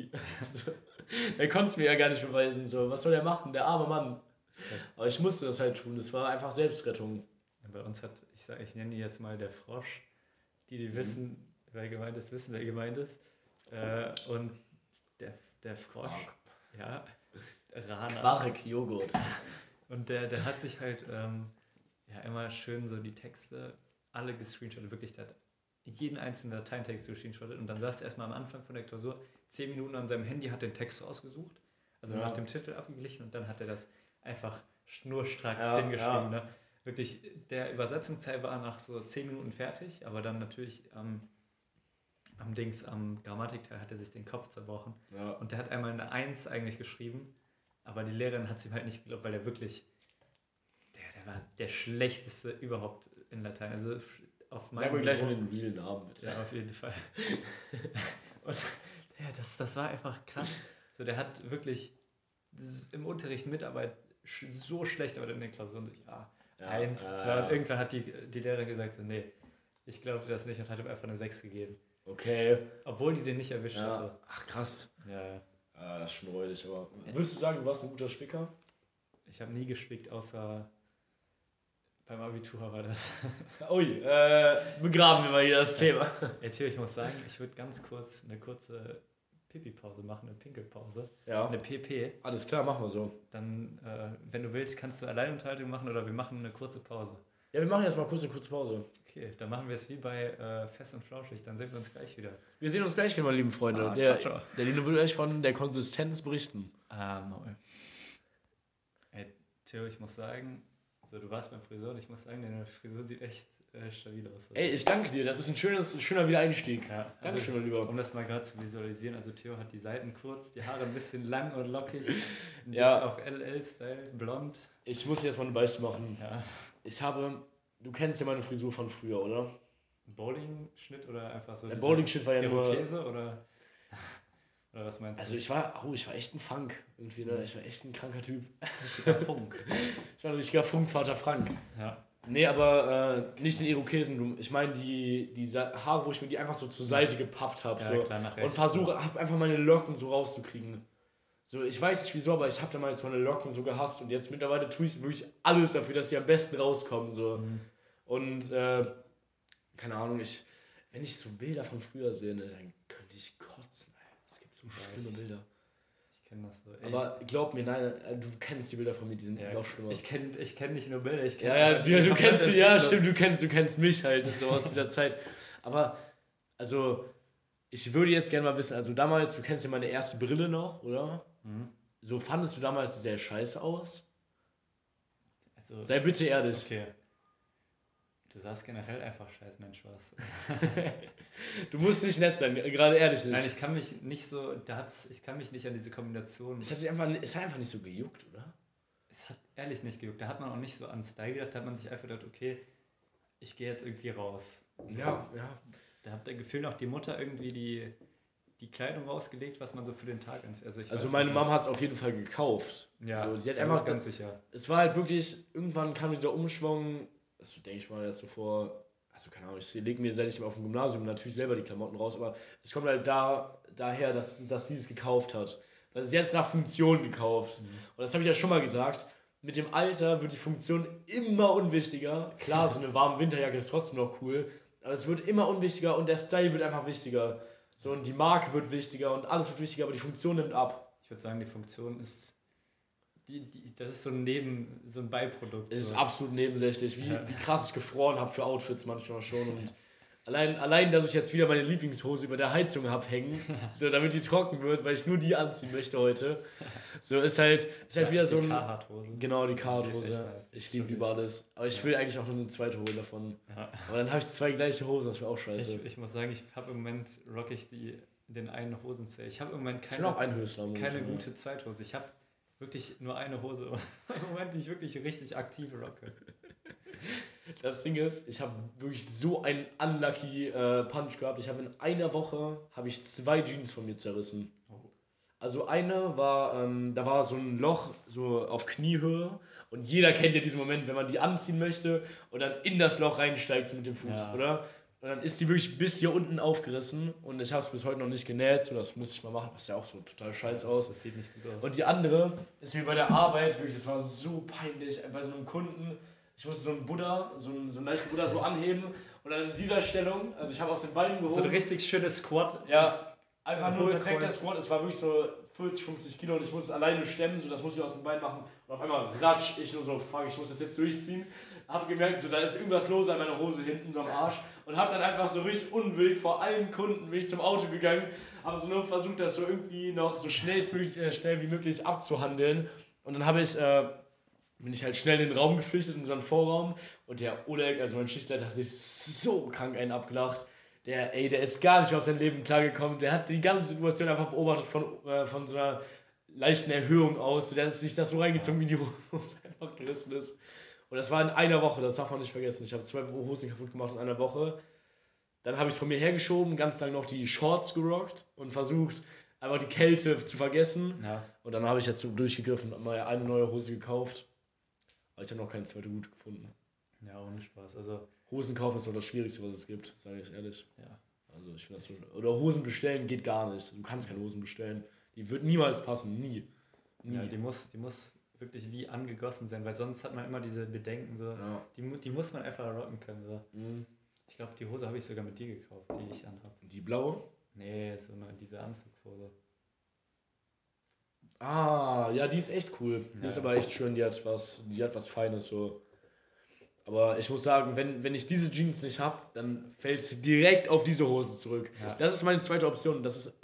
Er konnte es mir ja gar nicht beweisen. So, was soll er machen? Der arme Mann. Ja. Aber ich musste das halt tun. Das war einfach Selbstrettung. Ja, bei uns hat, ich nenne die jetzt mal der Frosch. Die wissen, wer gemeint ist, wissen, wer gemeint ist. Und der Frosch, ja, Rana. Quark-Joghurt. Und der hat sich halt immer schön so die Texte alle gescreenshottet, wirklich, der hat jeden einzelnen Dateientext gescreenshottet und dann saß er erstmal am Anfang von der Klausur 10 Minuten an seinem Handy, hat den Text ausgesucht, also nach dem Titel abgeglichen und dann hat er das einfach schnurstracks hingeschrieben. Ne? Wirklich, der Übersetzungsteil war nach so 10 Minuten fertig, aber dann natürlich am Grammatikteil hat er sich den Kopf zerbrochen und der hat einmal eine 1 eigentlich geschrieben, aber die Lehrerin hat es ihm halt nicht geglaubt, weil der wirklich der war der schlechteste überhaupt in Latein. Also auf meinem Sag mir gleich mal den realen Namen, bitte. Ja, auf jeden Fall. Und ja, das war einfach krass. So, der hat wirklich im Unterricht Mitarbeit so schlecht, aber in den Klausuren 1, 2 und irgendwann hat die Lehrerin gesagt, so, nee, ich glaube das nicht und hat ihm einfach eine 6 gegeben. Okay. Obwohl die den nicht erwischt hatte. Ach, krass. Ja. Das ist schon räudig, aber würdest du sagen, du warst ein guter Spicker? Ich habe nie gespickt, außer Beim Abitur war das. Ui, begraben wir mal hier das Thema. Ey, Theo, ich muss sagen, ich würde ganz kurz eine kurze Pipi-Pause machen, eine Pinkelpause. Ja. Eine PP. Alles klar, machen wir so. Dann, wenn du willst, kannst du Alleinunterhaltung machen oder wir machen eine kurze Pause. Ja, wir machen jetzt mal kurz eine kurze Pause. Okay, dann machen wir es wie bei Fest und Flauschig. Dann sehen wir uns gleich wieder. Wir sehen uns gleich wieder, meine lieben Freunde. Ciao, ciao. Der Lino will euch von der Konsistenz berichten. Maul. Ey, Theo, ich muss sagen, so, du warst beim Friseur und ich muss sagen, deine Frisur sieht echt stabil aus. Ey, ich danke dir. Das ist ein schöner Wiedereinstieg. Ja, Dankeschön, mein Lieber. Um das mal gerade zu visualisieren, also Theo hat die Seiten kurz, die Haare ein bisschen lang und lockig, ein bisschen auf LL-Style, blond. Ich muss jetzt mal ein Beispiel machen. Ja. Du kennst ja meine Frisur von früher, oder? Ein Bowling-Schnitt oder einfach so? Der Bowling-Schnitt war ja nur... Irokese oder was meinst du? Also ich war echt ein Funk irgendwie, ne? Ich war echt ein kranker Typ. Richtiger Funk. Ich war ein richtiger Funkvater Frank. Ja. Nee, aber nicht den Irokesen. Ich meine die Haare, wo ich mir die einfach so zur Seite gepappt habe. Ja, so. klar, nach rechts. Und hab einfach meine Locken so rauszukriegen. So, ich weiß nicht wieso, aber ich habe damals meine Locken so gehasst und jetzt mittlerweile tue ich wirklich alles dafür, dass sie am besten rauskommen. So. Mhm. Und keine Ahnung, wenn ich so Bilder von früher sehe, ne, dann könnte ich kotzen. Ey. Es gibt so schlimme Bilder. Ich kenne das so. Ey. Aber glaub mir, nein, du kennst die Bilder von mir, die sind noch schlimmer. Ich kenn nicht nur Bilder, du kennst mich, ja, stimmt, du kennst mich halt, so aus dieser Zeit. Aber, also, ich würde jetzt gerne mal wissen, also damals, du kennst ja meine erste Brille noch, oder? Mhm. So, fandest du damals die sehr scheiße aus? Also, Sei bitte ehrlich. Okay. Du sahst generell einfach scheiße, nein, Spaß. Du musst nicht nett sein, gerade ehrlich nicht. Nein, ich kann mich nicht an diese Kombination... Es hat einfach nicht so gejuckt, oder? Es hat ehrlich nicht gejuckt. Da hat man auch nicht so an Style gedacht, da hat man sich einfach gedacht, okay, ich gehe jetzt irgendwie raus. So, Ja. Da hat der Gefühl noch die Mutter irgendwie die Kleidung rausgelegt, was man so für den Tag anzieht. Also meine Mama hat es auf jeden Fall gekauft. Ja, so, sie hat das einfach ist ganz sicher. Es war halt wirklich, irgendwann kam dieser Umschwung, das denke ich mal jetzt so vor, also keine Ahnung, ich lege mir, seit ich auf dem Gymnasium natürlich selber die Klamotten raus, aber es kommt halt daher, dass sie es gekauft hat. Weil sie hat es nach Funktion gekauft. Und das habe ich ja schon mal gesagt, mit dem Alter wird die Funktion immer unwichtiger. Klar, so eine warme Winterjacke ist trotzdem noch cool, aber es wird immer unwichtiger und der Style wird einfach wichtiger. So, und die Marke wird wichtiger und alles wird wichtiger, aber die Funktion nimmt ab. Ich würde sagen, die Funktion ist... das ist so ein Beiprodukt. Es so. ist absolut nebensächlich, wie krass ich gefroren habe für Outfits manchmal schon. Und allein, dass ich jetzt wieder meine Lieblingshose über der Heizung habe hängen, so, damit die trocken wird, weil ich nur die anziehen möchte heute. So ist halt wieder so ein... Die Carhartt-Hose. Genau, die Die ist Carhartt-Hose. echt nice. Ich liebe die über alles. Aber ich will eigentlich auch nur eine zweite holen davon. Ja. Aber dann habe ich 2 gleiche Hosen, das wäre auch scheiße. Ich muss sagen, ich habe im Moment rocke ich den einen Hosenzähl. Ich habe im Moment Ich bin auch ein Hösler. keine gute Zweithose. Ich habe wirklich nur eine Hose im Moment, die ich wirklich richtig aktiv rocke. Das Ding ist, ich habe wirklich so einen unlucky Punch gehabt. Ich habe in einer Woche 2 Jeans von mir zerrissen. Also eine war, da war so ein Loch so auf Kniehöhe und jeder kennt ja diesen Moment, wenn man die anziehen möchte und dann in das Loch reinsteigt so mit dem Fuß, Ja. oder? Und dann ist die wirklich bis hier unten aufgerissen und ich habe es bis heute noch nicht genäht, so das müsste ich mal machen, was ja auch so total scheiße aus. Das sieht nicht gut aus. Und die andere ist mir bei der Arbeit, wirklich, das war so peinlich, bei so einem Kunden, ich musste so einen Buddha, so einen leichten Buddha so anheben und dann in dieser Stellung, also ich habe aus den Beinen gehoben. so ein richtig schönes Squat. Ja, einfach nur ein Hohlkreuz. perfekter Squat, es war wirklich so 40, 50 Kilo und ich musste alleine stemmen, so das musste ich aus den Beinen machen und auf einmal ratsch, ich nur so, fuck, ich muss das jetzt durchziehen. Hab gemerkt, so da ist irgendwas los an meiner Hose hinten, so am Arsch und hab dann einfach so richtig unwillig vor allen Kunden bin ich zum Auto gegangen, habe so nur versucht, das so irgendwie noch so schnell wie möglich abzuhandeln und dann bin ich halt schnell in den Raum geflüchtet, in so einen Vorraum und der Oleg, also mein Schichtleiter, hat sich so krank einen abgelacht. Der ist gar nicht mehr auf sein Leben klargekommen, der hat die ganze Situation einfach beobachtet von so einer leichten Erhöhung aus, der hat sich das so reingezogen, wie die Hose einfach gerissen ist. Und das war in einer Woche, das darf man nicht vergessen. Ich habe 2 Hosen kaputt gemacht in einer Woche. Dann habe ich es von mir hergeschoben, ganz lang noch die Shorts gerockt und versucht, einfach die Kälte zu vergessen. Ja. Und dann habe ich jetzt so durchgegriffen und mal eine neue Hose gekauft. Aber ich habe noch keine zweite gute gefunden. Ja, ohne Spaß. Also, Hosen kaufen ist doch das Schwierigste, was es gibt, sage ich ehrlich. ja. Also ich finde das so. Oder Hosen bestellen geht gar nicht. Du kannst keine Hosen bestellen. Die wird niemals passen, nie. Ja, die muss wirklich wie angegossen sein, weil sonst hat man immer diese Bedenken, so, Ja. die muss man einfach rocken können. So. Mhm. Ich glaube, die Hose habe ich sogar mit dir gekauft, die ich anhabe. Die blaue? Nee, so diese Anzugshose. Ah, ja, die ist echt cool. Die Ja. ist aber echt schön, die hat was Feines so. Aber ich muss sagen, wenn ich diese Jeans nicht habe, dann fällt es direkt auf diese Hose zurück. Ja. Das ist meine zweite Option. Das ist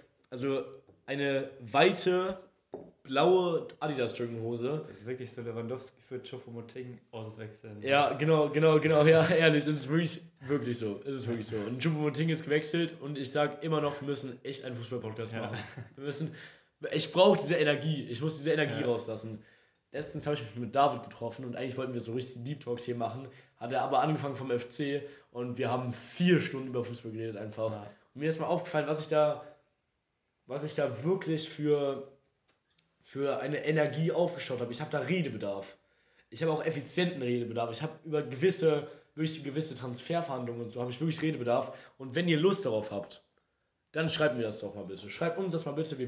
eine weite, blaue Adidas-Jogginghose. Das ist wirklich so Lewandowski für Choupo-Moting auswechseln. Ja, genau, ja, ehrlich, es ist wirklich so. Es ist wirklich so. Und Choupo-Moting ist gewechselt und ich sage immer noch, wir müssen echt einen Fußball-Podcast machen. Ich brauche diese Energie. Ich muss diese Energie rauslassen. Letztens habe ich mich mit David getroffen und eigentlich wollten wir so richtig Deep Talk hier machen. Hat er aber angefangen vom FC und wir haben 4 Stunden über Fußball geredet einfach. Ja. Und mir ist mal aufgefallen, was ich da wirklich für eine Energie aufgeschaut habe. Ich habe da Redebedarf. Ich habe auch effizienten Redebedarf. Ich habe durch die gewisse Transferverhandlungen und so, habe ich wirklich Redebedarf. Und wenn ihr Lust darauf habt, dann schreibt mir das doch mal bitte. Schreibt uns das mal bitte.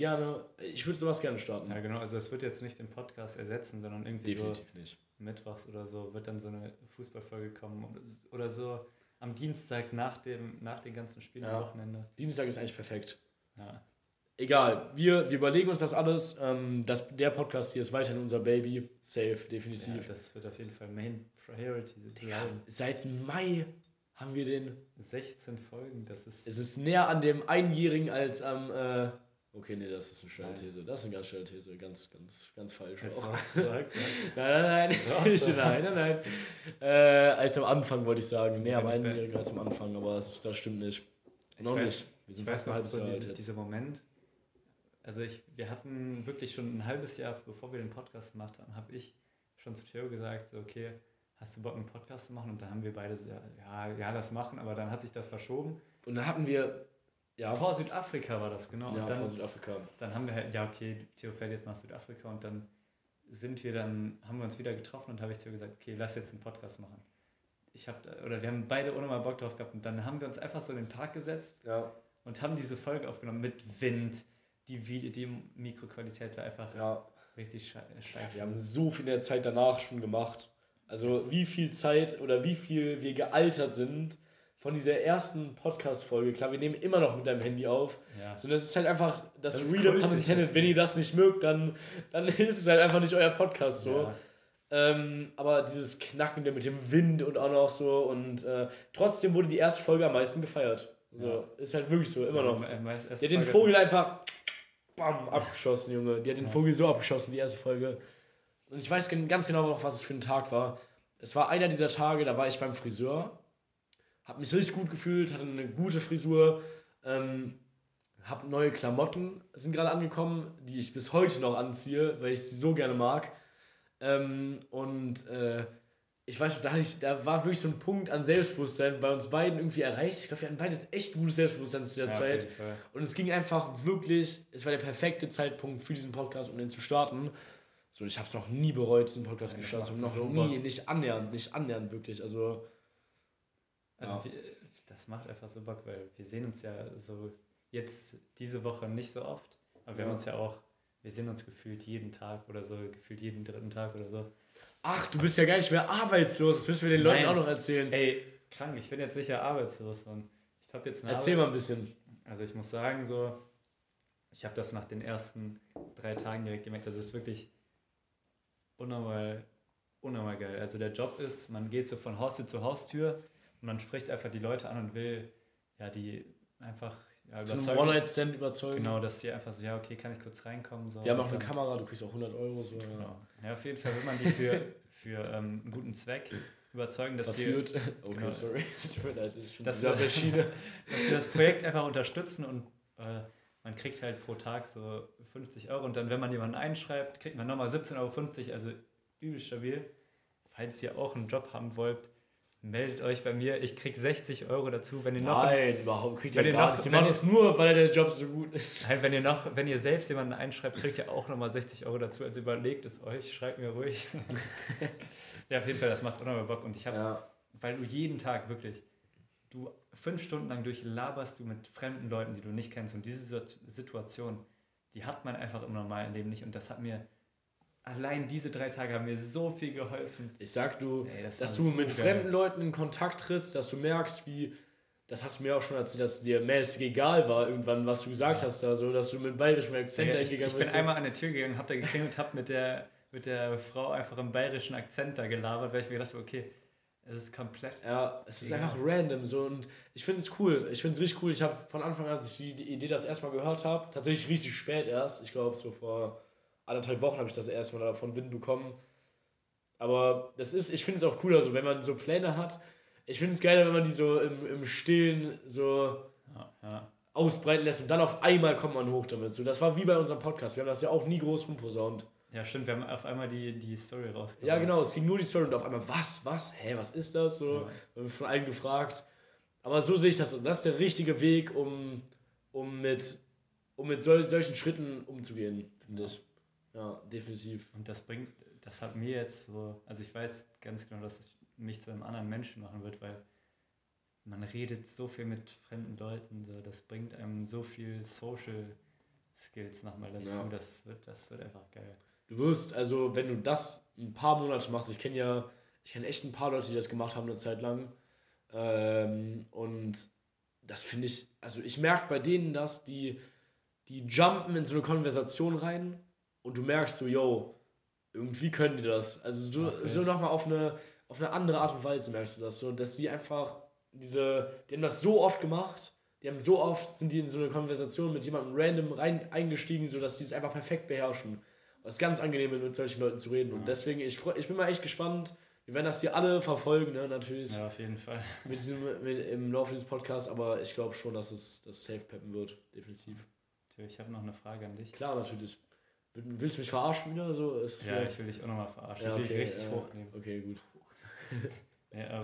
Ich würde sowas gerne starten. Ja, genau. Also es wird jetzt nicht den Podcast ersetzen, sondern irgendwie Definitiv nicht. mittwochs oder so wird dann so eine Fußballfolge kommen oder so am Dienstag nach den ganzen Spielen am Wochenende. Dienstag ist eigentlich perfekt. Ja. Egal, wir überlegen uns das alles. Der Podcast hier ist weiterhin unser Baby. Safe, definitiv. Ja, das wird auf jeden Fall Main Priority. Digga, seit Mai haben wir den. 16 Folgen, das ist. Es ist näher an dem Einjährigen als am. Okay, nee, das ist eine steile These. Das ist eine ganz steile These. Ganz, ganz, ganz falsch. Als auch. was sagst. Nein. Nein. Als am Anfang wollte ich sagen. Näher am Wenn ich Einjährigen als am Anfang, aber das stimmt nicht. Noch nicht. Wir Ich sind weiß fast ein noch halbes so Jahr alt jetzt. dieser Moment. Also wir hatten wirklich schon ein halbes Jahr, bevor wir den Podcast gemacht haben, habe ich schon zu Theo gesagt, so, okay, hast du Bock, einen Podcast zu machen? Und dann haben wir beide so, ja, das machen, aber dann hat sich das verschoben. Und dann hatten wir. Ja, Vor Südafrika war das, genau. ja, Und dann, vor Südafrika. dann haben wir halt, ja, okay, Theo fährt jetzt nach Südafrika und dann haben wir uns wieder getroffen und habe ich Theo gesagt, okay, lass jetzt einen Podcast machen. Wir haben beide ohne mal Bock drauf gehabt und dann haben wir uns einfach so in den Park gesetzt und haben diese Folge aufgenommen mit Wind. Die Mikroqualität war einfach richtig scheiße. Wir haben so viel in der Zeit danach schon gemacht. Also wie viel Zeit oder wie viel wir gealtert sind von dieser ersten Podcast-Folge. Klar, wir nehmen immer noch mit deinem Handy auf. Ja. So, das ist halt einfach das ist Real kultig, Pun intended. Wenn ihr das nicht mögt, dann ist es halt einfach nicht euer Podcast so. Ja. Aber dieses Knacken mit dem Wind und auch noch so und trotzdem wurde die erste Folge am meisten gefeiert. So, ist halt wirklich so, immer noch. Der hat den Vogel einfach bam, abgeschossen, Junge. Die hat den Vogel so abgeschossen, die erste Folge. Und ich weiß ganz genau noch, was es für ein Tag war. Es war einer dieser Tage, da war ich beim Friseur, habe mich richtig gut gefühlt, hatte eine gute Frisur, habe neue Klamotten, sind gerade angekommen, die ich bis heute noch anziehe, weil ich sie so gerne mag. Ich weiß, da war wirklich so ein Punkt an Selbstbewusstsein bei uns beiden irgendwie erreicht. Ich glaube, wir hatten beides echt gutes Selbstbewusstsein zu der Zeit. Und es ging einfach wirklich, es war der perfekte Zeitpunkt für diesen Podcast, um den zu starten. So, ich habe es noch nie bereut, diesen Podcast gestartet. Noch so nie, nicht annähernd wirklich. Also das macht einfach so Bock, weil wir sehen uns ja so jetzt diese Woche nicht so oft. Aber wir haben uns wir sehen uns gefühlt jeden Tag oder so, gefühlt jeden dritten Tag oder so. Ach, du bist ja gar nicht mehr arbeitslos, das müssen wir den Leuten auch noch erzählen. Ey, krank, ich bin jetzt sicher arbeitslos, Mann. Ich habe jetzt Erzähl mal ein bisschen. Also ich muss sagen, so, ich habe das nach den ersten 3 Tagen direkt gemerkt, das ist wirklich unnormal geil. Also der Job ist, man geht so von Haustür zu Haustür und man spricht einfach die Leute an und will die einfach überzeugen. So einen One-Night-Stand überzeugen. Genau, dass die einfach so, ja okay, kann ich kurz reinkommen. So. Wir haben auch eine Kamera, du kriegst auch 100 Euro. So, genau. Ja, auf jeden Fall will man die für einen guten Zweck überzeugen, dass verführt. Okay, genau, sorry. Dass wir das Projekt einfach unterstützen und man kriegt halt pro Tag so 50 Euro und dann, wenn man jemanden einschreibt, kriegt man nochmal 17,50 Euro, also übel stabil. Falls ihr auch einen Job haben wollt, meldet euch bei mir, ich krieg 60 Euro dazu, wenn ihr noch... Nein, überhaupt kriegt ihr gar nicht. Ich mache das nur, weil der Job so gut ist. Nein, wenn ihr selbst jemanden einschreibt, kriegt ihr auch nochmal 60 Euro dazu, also überlegt es euch, schreibt mir ruhig. Ja, auf jeden Fall, das macht unheimlich Bock und ich habe, weil du jeden Tag wirklich, 5 Stunden lang durchlaberst du mit fremden Leuten, die du nicht kennst und diese Situation, die hat man einfach im normalen Leben nicht und das hat mir allein diese 3 Tage haben mir so viel geholfen. Ich sag Ey, das dass war du so mit geil. fremden Leuten in Kontakt trittst, dass du merkst, wie, das hast du mir auch schon erzählt, dass dir mäßig egal war irgendwann, was du gesagt hast da, so, dass du mit bayerischem Akzent Ich eingegangen bin bist. einmal an der Tür gegangen, hab da geklingelt, hab mit der Frau einfach im bayerischen Akzent da gelabert, weil ich mir gedacht habe, okay, es ist komplett... Ja, es ist Ja. einfach random so und ich finde es cool. Ich finde es richtig cool. Ich habe von Anfang an, als ich die Idee das erstmal gehört habe, tatsächlich richtig spät erst, ich glaube so vor 1,5 Wochen habe ich das erstmal davon Wind bekommen. Aber ich finde es auch cooler, so wenn man so Pläne hat. Ich finde es geiler, wenn man die so im Stillen so Ja. ausbreiten lässt und dann auf einmal kommt man hoch damit. So, das war wie bei unserem Podcast. Wir haben das ja auch nie groß rumposaunt. Ja, stimmt, wir haben auf einmal die Story rausgebracht. Ja, genau, es ging nur die Story und auf einmal, was, was ist das? So, Ja. wir haben von allen gefragt. Aber so sehe ich das und das ist der richtige Weg, um mit solchen Schritten umzugehen, finde ich. Ja, definitiv. Und das hat mir jetzt so, also ich weiß ganz genau, dass es mich zu einem anderen Menschen machen wird, weil man redet so viel mit fremden Leuten, so, das bringt einem so viel Social Skills nochmal dazu, Ja. das wird einfach geil. Du wirst, also wenn du das ein paar Monate machst, ich kenne echt ein paar Leute, die das gemacht haben eine Zeit lang. Und das finde ich, also ich merke bei denen, dass die jumpen in so eine Konversation rein und du merkst so, yo, irgendwie können die das. Also du, Ach so. so nochmal auf eine andere Art und Weise merkst du das so, dass die einfach die haben das so oft gemacht, sind die in so eine Konversation mit jemandem random eingestiegen, so dass die es einfach perfekt beherrschen. Es ist ganz angenehm, mit solchen Leuten zu reden. Und deswegen, ich bin mal echt gespannt. Wir werden das hier alle verfolgen, ne, natürlich. Ja, auf jeden Fall. Im Laufe dieses Podcasts, aber ich glaube schon, dass es das safe peppen wird. Definitiv. Ich habe noch eine Frage an dich. Klar, natürlich. Willst du mich verarschen wieder? So, Ja, ich will dich auch nochmal verarschen. Ja, Ich will dich okay, richtig hochnehmen. Okay, gut. Ja,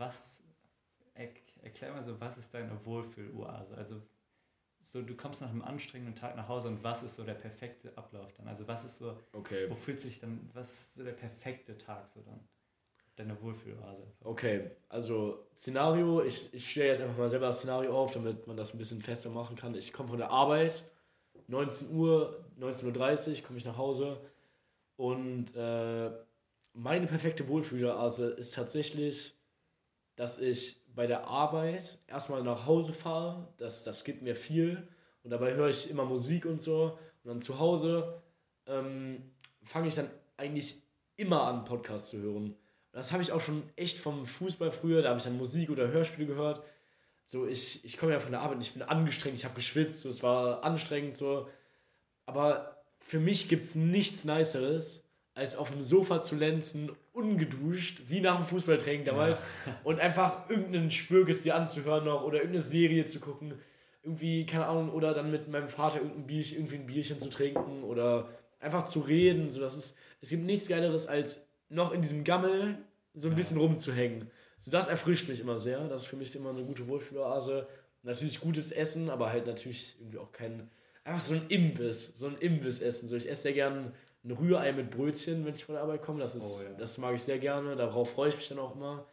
erklär mal so, was ist deine Wohlfühl-Oase? Also, so, du kommst nach einem anstrengenden Tag nach Hause und was ist so der perfekte Ablauf dann? Also, was ist so, Okay. was ist so der perfekte Tag so dann? Deine Wohlfühl-Oase. Okay, also Szenario, ich stelle jetzt einfach mal selber das Szenario auf, damit man das ein bisschen fester machen kann. Ich komme von der Arbeit, 19:30 Uhr komme ich nach Hause und meine perfekte Wohlfühloase ist tatsächlich, dass ich bei der Arbeit erstmal nach Hause fahre, das gibt mir viel und dabei höre ich immer Musik und so und dann zu Hause fange ich dann eigentlich immer an, Podcasts zu hören. Das habe ich auch schon echt vom Fußball früher, da habe ich dann Musik oder Hörspiele gehört. So, ich komme ja von der Arbeit und ich bin angestrengt, ich habe geschwitzt, so, es war anstrengend so. Aber für mich gibt es nichts Niceres, als auf dem Sofa zu lenzen, ungeduscht, wie nach dem Fußballtraining damals, und einfach irgendeinen Spökes dir anzuhören noch oder irgendeine Serie zu gucken. Irgendwie, keine Ahnung, oder dann mit meinem Vater irgendwie ein Bierchen zu trinken oder einfach zu reden. So, es gibt nichts Geileres als noch in diesem Gammel so ein bisschen rumzuhängen. So, das erfrischt mich immer sehr. Das ist für mich immer eine gute Wohlfühloase. Natürlich gutes Essen, aber halt natürlich irgendwie auch einfach so ein Imbissessen. So, ich esse sehr gern ein Rührei mit Brötchen, wenn ich von der Arbeit komme. Das mag ich sehr gerne. Darauf freue ich mich dann auch immer.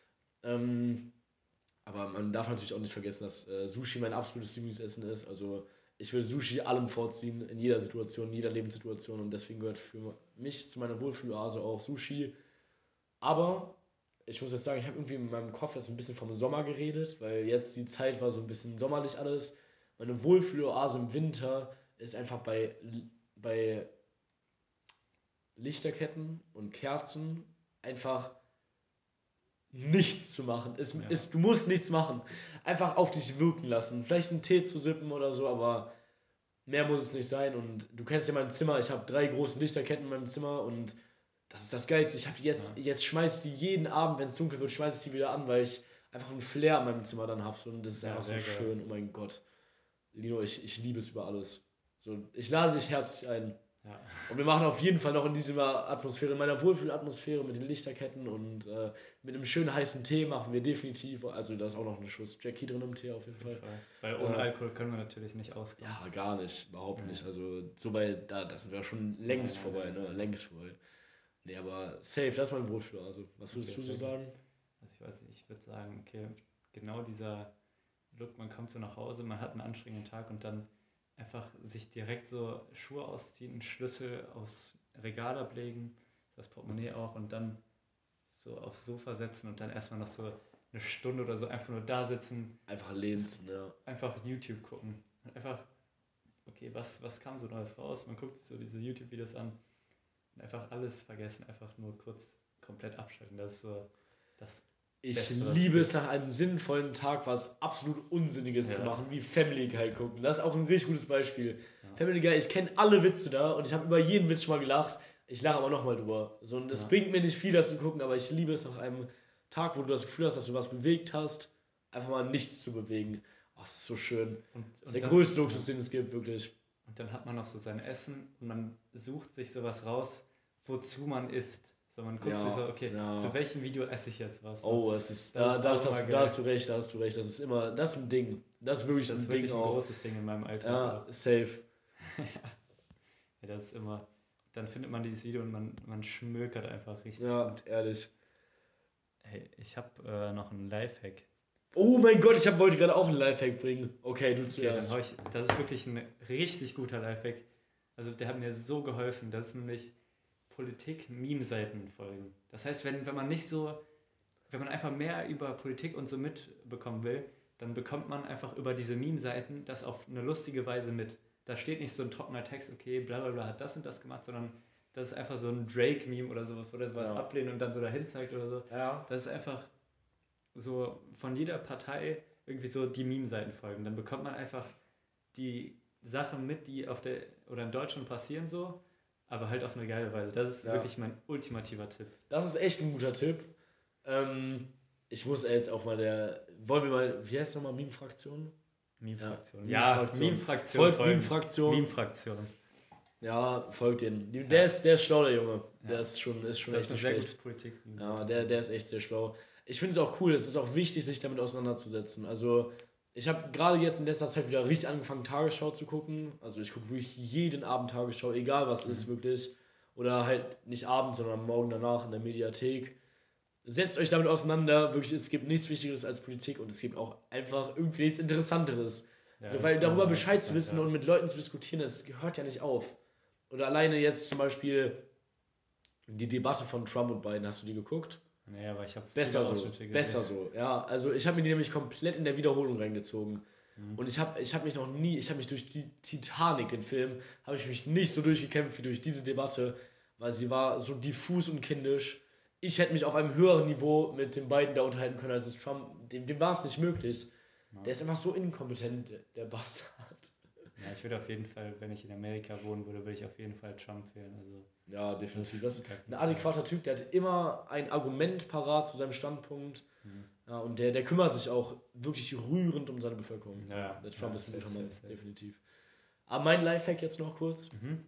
Aber man darf natürlich auch nicht vergessen, dass Sushi mein absolutes Lieblingsessen ist. Also ich will Sushi allem vorziehen, in jeder Situation, in jeder Lebenssituation. Und deswegen gehört für mich zu meiner Wohlfühloase auch Sushi. Aber ich muss jetzt sagen, ich habe irgendwie in meinem Kopf jetzt ein bisschen vom Sommer geredet, weil jetzt die Zeit war so ein bisschen sommerlich alles. Meine Wohlfühloase im Winter ist einfach bei Lichterketten und Kerzen einfach nichts zu machen. Du musst nichts machen. Einfach auf dich wirken lassen. Vielleicht einen Tee zu sippen oder so, aber mehr muss es nicht sein. Und du kennst ja mein Zimmer. Ich habe 3 große Lichterketten in meinem Zimmer und das ist das Geilste. Ich habe jetzt schmeiße ich die jeden Abend, wenn es dunkel wird, schmeiße ich die wieder an, weil ich einfach einen Flair in meinem Zimmer dann habe. Und das ist einfach so schön. Oh mein Gott. Lino, ich liebe es über alles. So, ich lade dich herzlich ein. Ja. Und wir machen auf jeden Fall noch in dieser Atmosphäre, in meiner Wohlfühlatmosphäre mit den Lichterketten und mit einem schönen heißen Tee machen wir definitiv, also da ist auch noch ein Schuss Jackie drin im Tee auf jeden Fall. Weil ohne Alkohol können wir natürlich nicht auskommen. Ja, gar nicht, überhaupt nicht. Also so weit, da sind wir schon längst vorbei, ne? Längst vorbei. Nee, aber safe, das ist mein Wohlfühl. Also, was würdest du so sagen? Also ich weiß nicht, ich würde sagen, okay, genau dieser Look, man kommt so nach Hause, man hat einen anstrengenden Tag und dann einfach sich direkt so Schuhe ausziehen, einen Schlüssel Regal ablegen, das Portemonnaie auch und dann so aufs Sofa setzen und dann erstmal noch so eine Stunde oder so einfach nur da sitzen. Einfach lehnst, ja. Einfach YouTube gucken. Und einfach, okay, was kam so Neues raus? Man guckt sich so diese YouTube-Videos an und einfach alles vergessen, einfach nur kurz komplett abschalten. Das ist so das Ich Beste, was liebe es es nach einem sinnvollen Tag, was absolut Unsinniges Ja. zu machen, wie Family Guy gucken. Das ist auch ein richtig gutes Beispiel. Ja. Family Guy, ich kenne alle Witze da und ich habe über jeden Witz schon mal gelacht. Ich lache aber nochmal drüber. So, und es Ja. bringt mir nicht viel, das zu gucken, aber ich liebe es nach einem Tag, wo du das Gefühl hast, dass du was bewegt hast, einfach mal nichts zu bewegen. Oh, das ist so schön. Das ist der dann- größte Luxus, den es gibt, wirklich. Und dann hat man noch so sein Essen und man sucht sich sowas raus, wozu man isst. So, man guckt Ja, sich so, okay, ja. zu welchem Video esse ich jetzt was? Oh, es ist, Das ist da auch immer da geil. hast du recht, da hast du recht. Das ist immer, das ist ein Ding. Das ist wirklich Das ist ein wirklich Ding ein auch. großes Ding in meinem Alltag. Ja, safe. Ja, das ist immer, dann findet man dieses Video und man schmökert einfach richtig Ja, gut. ehrlich. Hey, ich habe noch einen Lifehack. Oh mein Gott, wollte gerade auch einen Lifehack bringen. Okay, du Okay, zuerst. dann hau ich, das ist wirklich ein richtig guter Lifehack. Also der hat mir so geholfen. Das ist nämlich Politik-Meme-Seiten folgen. Das heißt, wenn man nicht so, wenn man einfach mehr über Politik und so mitbekommen will, dann bekommt man einfach über diese Meme-Seiten das auf eine lustige Weise mit. Da steht nicht so ein trockener Text, okay, bla bla bla hat das und das gemacht, sondern das ist einfach so ein Drake-Meme oder sowas, wo der sowas Ja. ablehnt und dann so dahin zeigt oder so. Ja. Das ist einfach so von jeder Partei irgendwie so die Meme-Seiten folgen. Dann bekommt man einfach die Sachen mit, die auf der oder in Deutschland passieren so, aber halt auf eine geile Weise. Das ist Ja. wirklich mein ultimativer Tipp. Das ist echt ein guter Tipp. Ich muss jetzt auch mal wollen wir mal, wie heißt nochmal, Meme-Fraktion? Meme-Fraktion. Ja, Meme-Fraktion. Meme-Fraktion. Folgt folgen. Meme-Fraktion. Meme-Fraktion. Ja, folgt denen. Der ist schlau, der Junge. Ja. Der ist schon Das echt ist eine nicht sehr schlecht. gute Politik. Ja, der ist echt sehr schlau. Ich finde es auch cool, es ist auch wichtig, sich damit auseinanderzusetzen. Also, ich habe gerade jetzt in letzter Zeit wieder richtig angefangen, Tagesschau zu gucken. Also, ich gucke wirklich jeden Abend Tagesschau, egal was ist, wirklich. Oder halt nicht abends, sondern am Morgen danach in der Mediathek. Setzt euch damit auseinander. Wirklich, es gibt nichts Wichtigeres als Politik und es gibt auch einfach irgendwie nichts Interessanteres. Ja, Also, das weil ist darüber immer Bescheid zu interessant, wissen ja. und mit Leuten zu diskutieren, das hört ja nicht auf. Oder alleine jetzt zum Beispiel die Debatte von Trump und Biden, hast du die geguckt? Naja, aber ich habe Besser so, ja. Also ich habe mir die nämlich komplett in der Wiederholung reingezogen. Und ich habe mich durch die Titanic, den Film, habe ich mich nicht so durchgekämpft wie durch diese Debatte, weil sie war so diffus und kindisch. Ich hätte mich auf einem höheren Niveau mit den beiden da unterhalten können als es Trump. Dem war es nicht möglich. Ja. Der ist einfach so inkompetent, der Bastard. Ja, ich würde auf jeden Fall, wenn ich in Amerika wohnen würde, würde ich auf jeden Fall Trump wählen. Also Ja, definitiv. Das ist gar kein ein adäquater Typ, der hat immer ein Argument parat zu seinem Standpunkt. Ja, und der kümmert sich auch wirklich rührend um seine Bevölkerung. Ja. Der Trump Ja, ist ein guter safe, Mann, safe, safe. definitiv. Aber mein Lifehack jetzt noch kurz.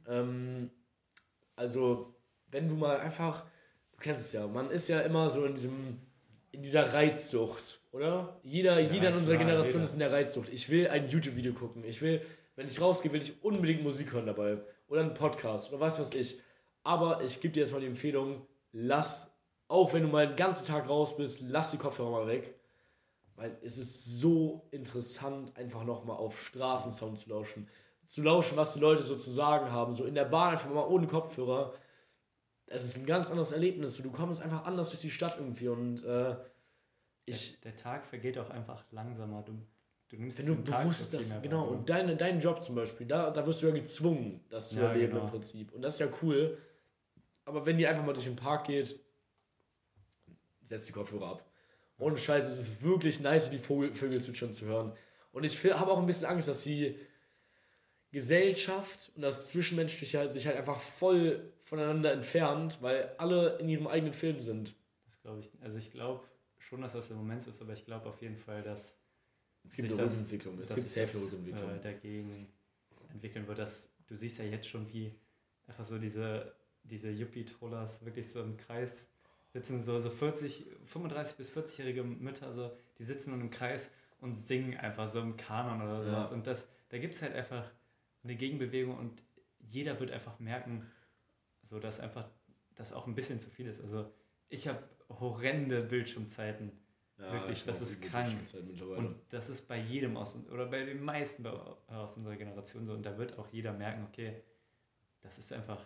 Also, wenn du mal einfach, du kennst es ja, man ist ja immer so in dieser Reizsucht, oder? Jeder in unserer klar, Generation jeder. ist in der Reizsucht. Ich will ein YouTube-Video gucken. Wenn ich rausgehe, will ich unbedingt Musik hören dabei. Oder einen Podcast oder was weiß ich. Aber ich gebe dir jetzt mal die Empfehlung, auch wenn du mal den ganzen Tag raus bist, lass die Kopfhörer mal weg. Weil es ist so interessant, einfach nochmal auf Straßensound zu lauschen. Zu lauschen, was die Leute so zu sagen haben. So in der Bahn einfach mal ohne Kopfhörer. Es ist ein ganz anderes Erlebnis. Du kommst einfach anders durch die Stadt irgendwie. Und der Tag vergeht auch einfach langsamer. Du nimmst wenn du diesen Tag bewusst so viel das, mehr genau, wahr, und dein Job zum Beispiel, da wirst du ja gezwungen, das zu Ja, erleben genau. im Prinzip. Und das ist ja cool. Aber wenn ihr einfach mal durch den Park geht, setzt die Kopfhörer ab. Ohne Scheiß, es ist wirklich nice, die Vögel zwitschern zu hören. Und ich habe auch ein bisschen Angst, dass die Gesellschaft und das Zwischenmenschliche halt sich halt einfach voll voneinander entfernt, weil alle in ihrem eigenen Film sind. Das glaube ich. Also ich glaube schon, dass das im Moment so ist, aber ich glaube auf jeden Fall, dass Es gibt sich eine das- Rückentwicklung. Es dass gibt sich sehr viel das, Rückentwicklung. dagegen entwickeln wird. Du siehst ja jetzt schon, wie einfach so diese Yuppie-Trollers wirklich so im Kreis sitzen, so 35 bis 40-jährige Mütter, so, die sitzen nun im Kreis und singen einfach so im Kanon oder sowas. Ja. Und da gibt es halt einfach eine Gegenbewegung und jeder wird einfach merken, so dass einfach das auch ein bisschen zu viel ist. Also ich habe horrende Bildschirmzeiten. Wirklich, ich das hab auch ist übel krank. Bildschirmzeit mittlerweile. Und das ist bei jedem oder bei den meisten aus unserer Generation so. Und da wird auch jeder merken, okay, das ist einfach zu viel.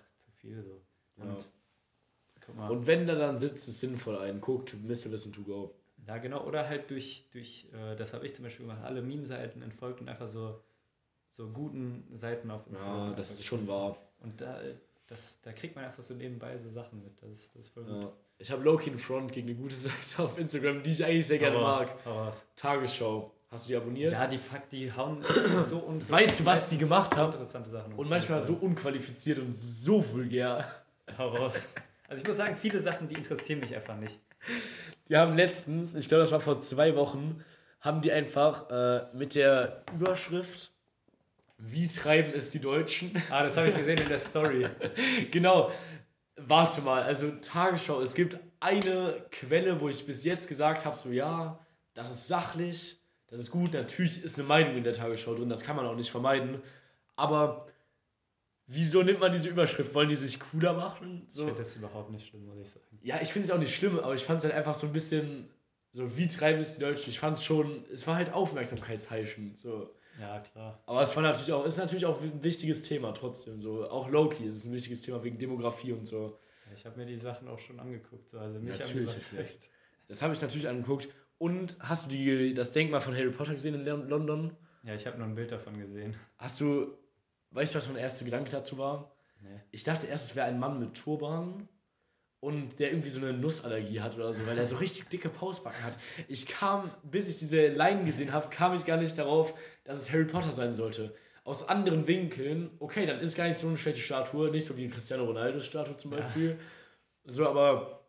viel so. Ja. Und guck mal. Und wenn der dann sitzt, ist sinnvoll ein. Guckt, Mr. Listen to Go. Ja, genau. Oder halt durch das habe ich zum Beispiel gemacht, alle Meme-Seiten entfolgt und einfach so guten Seiten auf Instagram. Ja, das ist schon wahr. Und da kriegt man einfach so nebenbei so Sachen mit. Das ist voll gut. Ja. Ich habe Low-Key einen Front gegen eine gute Seite auf Instagram, die ich eigentlich sehr gerne mag. Hau raus. Tagesschau. Hast du die abonniert? Ja, die hauen so unglaublich. Weißt du, was die gemacht haben? Interessante Sachen. Und manchmal so unqualifiziert und so vulgär. Hau raus. Also ich muss sagen, viele Sachen, die interessieren mich einfach nicht. Die haben letztens, ich glaube, das war vor 2 Wochen, haben die einfach mit der Überschrift "Wie treiben es die Deutschen?" Das habe ich gesehen in der Story. Genau. Warte mal, also Tagesschau, es gibt eine Quelle, wo ich bis jetzt gesagt habe, so ja, das ist sachlich, das ist gut, natürlich ist eine Meinung in der Tagesschau drin, das kann man auch nicht vermeiden, aber wieso nimmt man diese Überschrift? Wollen die sich cooler machen? So. Ich finde das überhaupt nicht schlimm, muss ich sagen. Ja, ich finde es auch nicht schlimm, aber ich fand es halt einfach so ein bisschen, so wie treiben es die Deutschen? Ich fand es schon, es war halt Aufmerksamkeitsheischend, so. Ja, klar. Aber es war ist natürlich auch ein wichtiges Thema trotzdem, so. Auch Low-Key ist es ein wichtiges Thema wegen Demografie und so. Ich habe mir die Sachen auch schon angeguckt, so. Also mich Natürlich. haben überzeugt. Das habe ich natürlich angeguckt. Und hast du das Denkmal von Harry Potter gesehen in London? Ja, ich habe nur ein Bild davon gesehen. Weißt du, was mein erster Gedanke dazu war? Nee. Ich dachte erst, es wäre ein Mann mit Turban und der irgendwie so eine Nussallergie hat oder so, weil er so richtig dicke Pausbacken hat. Bis ich diese Leinen gesehen habe, kam ich gar nicht darauf, dass es Harry Potter sein sollte. Aus anderen Winkeln, okay, dann ist gar nicht so eine schlechte Statue, nicht so wie Cristiano Ronaldos Statue zum Beispiel. Ja. So, aber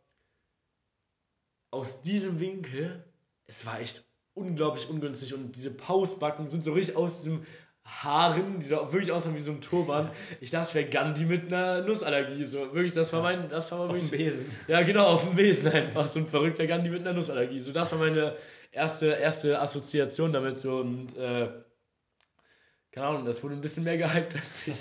aus diesem Winkel, es war echt unglaublich ungünstig und diese Pausbacken sind so richtig aus diesem Haaren, die so wirklich aussehen wie so ein Turban. Ich dachte, es wäre Gandhi mit einer Nussallergie. So, wirklich, das war auf dem Besen. Ja, genau, auf dem Besen einfach. So ein verrückter Gandhi mit einer Nussallergie. So, das war meine erste Assoziation damit. So, und, keine Ahnung, das wurde ein bisschen mehr gehypt,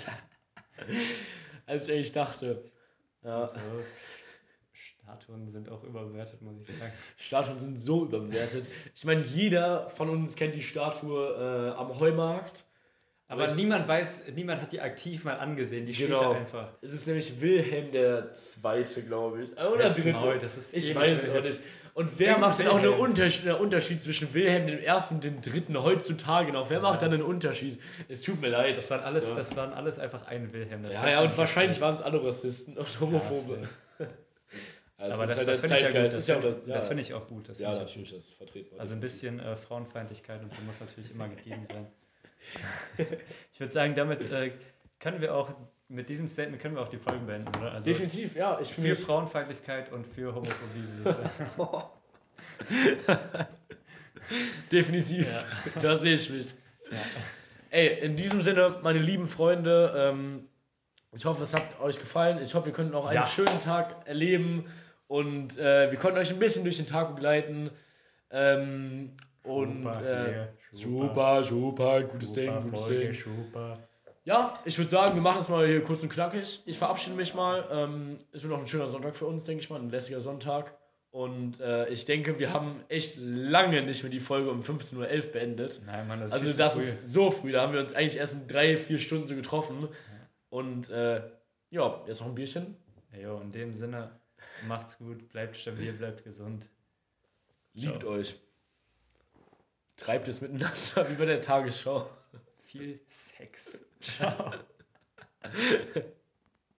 als ich eigentlich dachte. Ja. Also, Statuen sind auch überbewertet, muss ich sagen. Statuen sind so überbewertet. Ich meine, jeder von uns kennt die Statue am Heumarkt. Aber niemand hat die aktiv mal angesehen, die steht da einfach. Es ist nämlich Wilhelm II., glaube ich. Oder Dritte. Ich weiß es auch nicht. Und wer macht denn auch einen Unterschied zwischen Wilhelm I. und dem Dritten heutzutage noch? Wer macht dann einen Unterschied? Es tut mir leid. Das waren alles einfach ein Wilhelm. Und wahrscheinlich waren es alle Rassisten und Homophobe. Aber das finde ich ja gut. Das finde ich auch gut. Ja, natürlich, das ist vertretbar. Also ein bisschen Frauenfeindlichkeit und so muss natürlich immer gegeben sein. Ich würde sagen, damit mit diesem Statement können wir auch die Folgen beenden, oder? Also definitiv, ja. Für Frauenfeindlichkeit und für Homophobie, würde ich sagen. Definitiv, da sehe ich mich. Ja. Ey, in diesem Sinne, meine lieben Freunde, ich hoffe, es hat euch gefallen. Ich hoffe, wir konnten auch einen schönen Tag erleben und wir konnten euch ein bisschen durch den Tag begleiten. Super, gutes Ding. Super. Ja, ich würde sagen, wir machen das mal hier kurz und knackig. Ich verabschiede mich mal. Es wird noch ein schöner Sonntag für uns, denke ich mal, ein lässiger Sonntag. Und ich denke, wir haben echt lange nicht mehr die Folge um 15:11 Uhr beendet. Nein, Mann, das ist so früh. Da haben wir uns eigentlich erst in 3-4 Stunden so getroffen. Und jetzt noch ein Bierchen. Jo, in dem Sinne, macht's gut, bleibt stabil, bleibt gesund. Liebt euch. Treibt es miteinander wie bei der Tagesschau. Viel Sex. Ciao.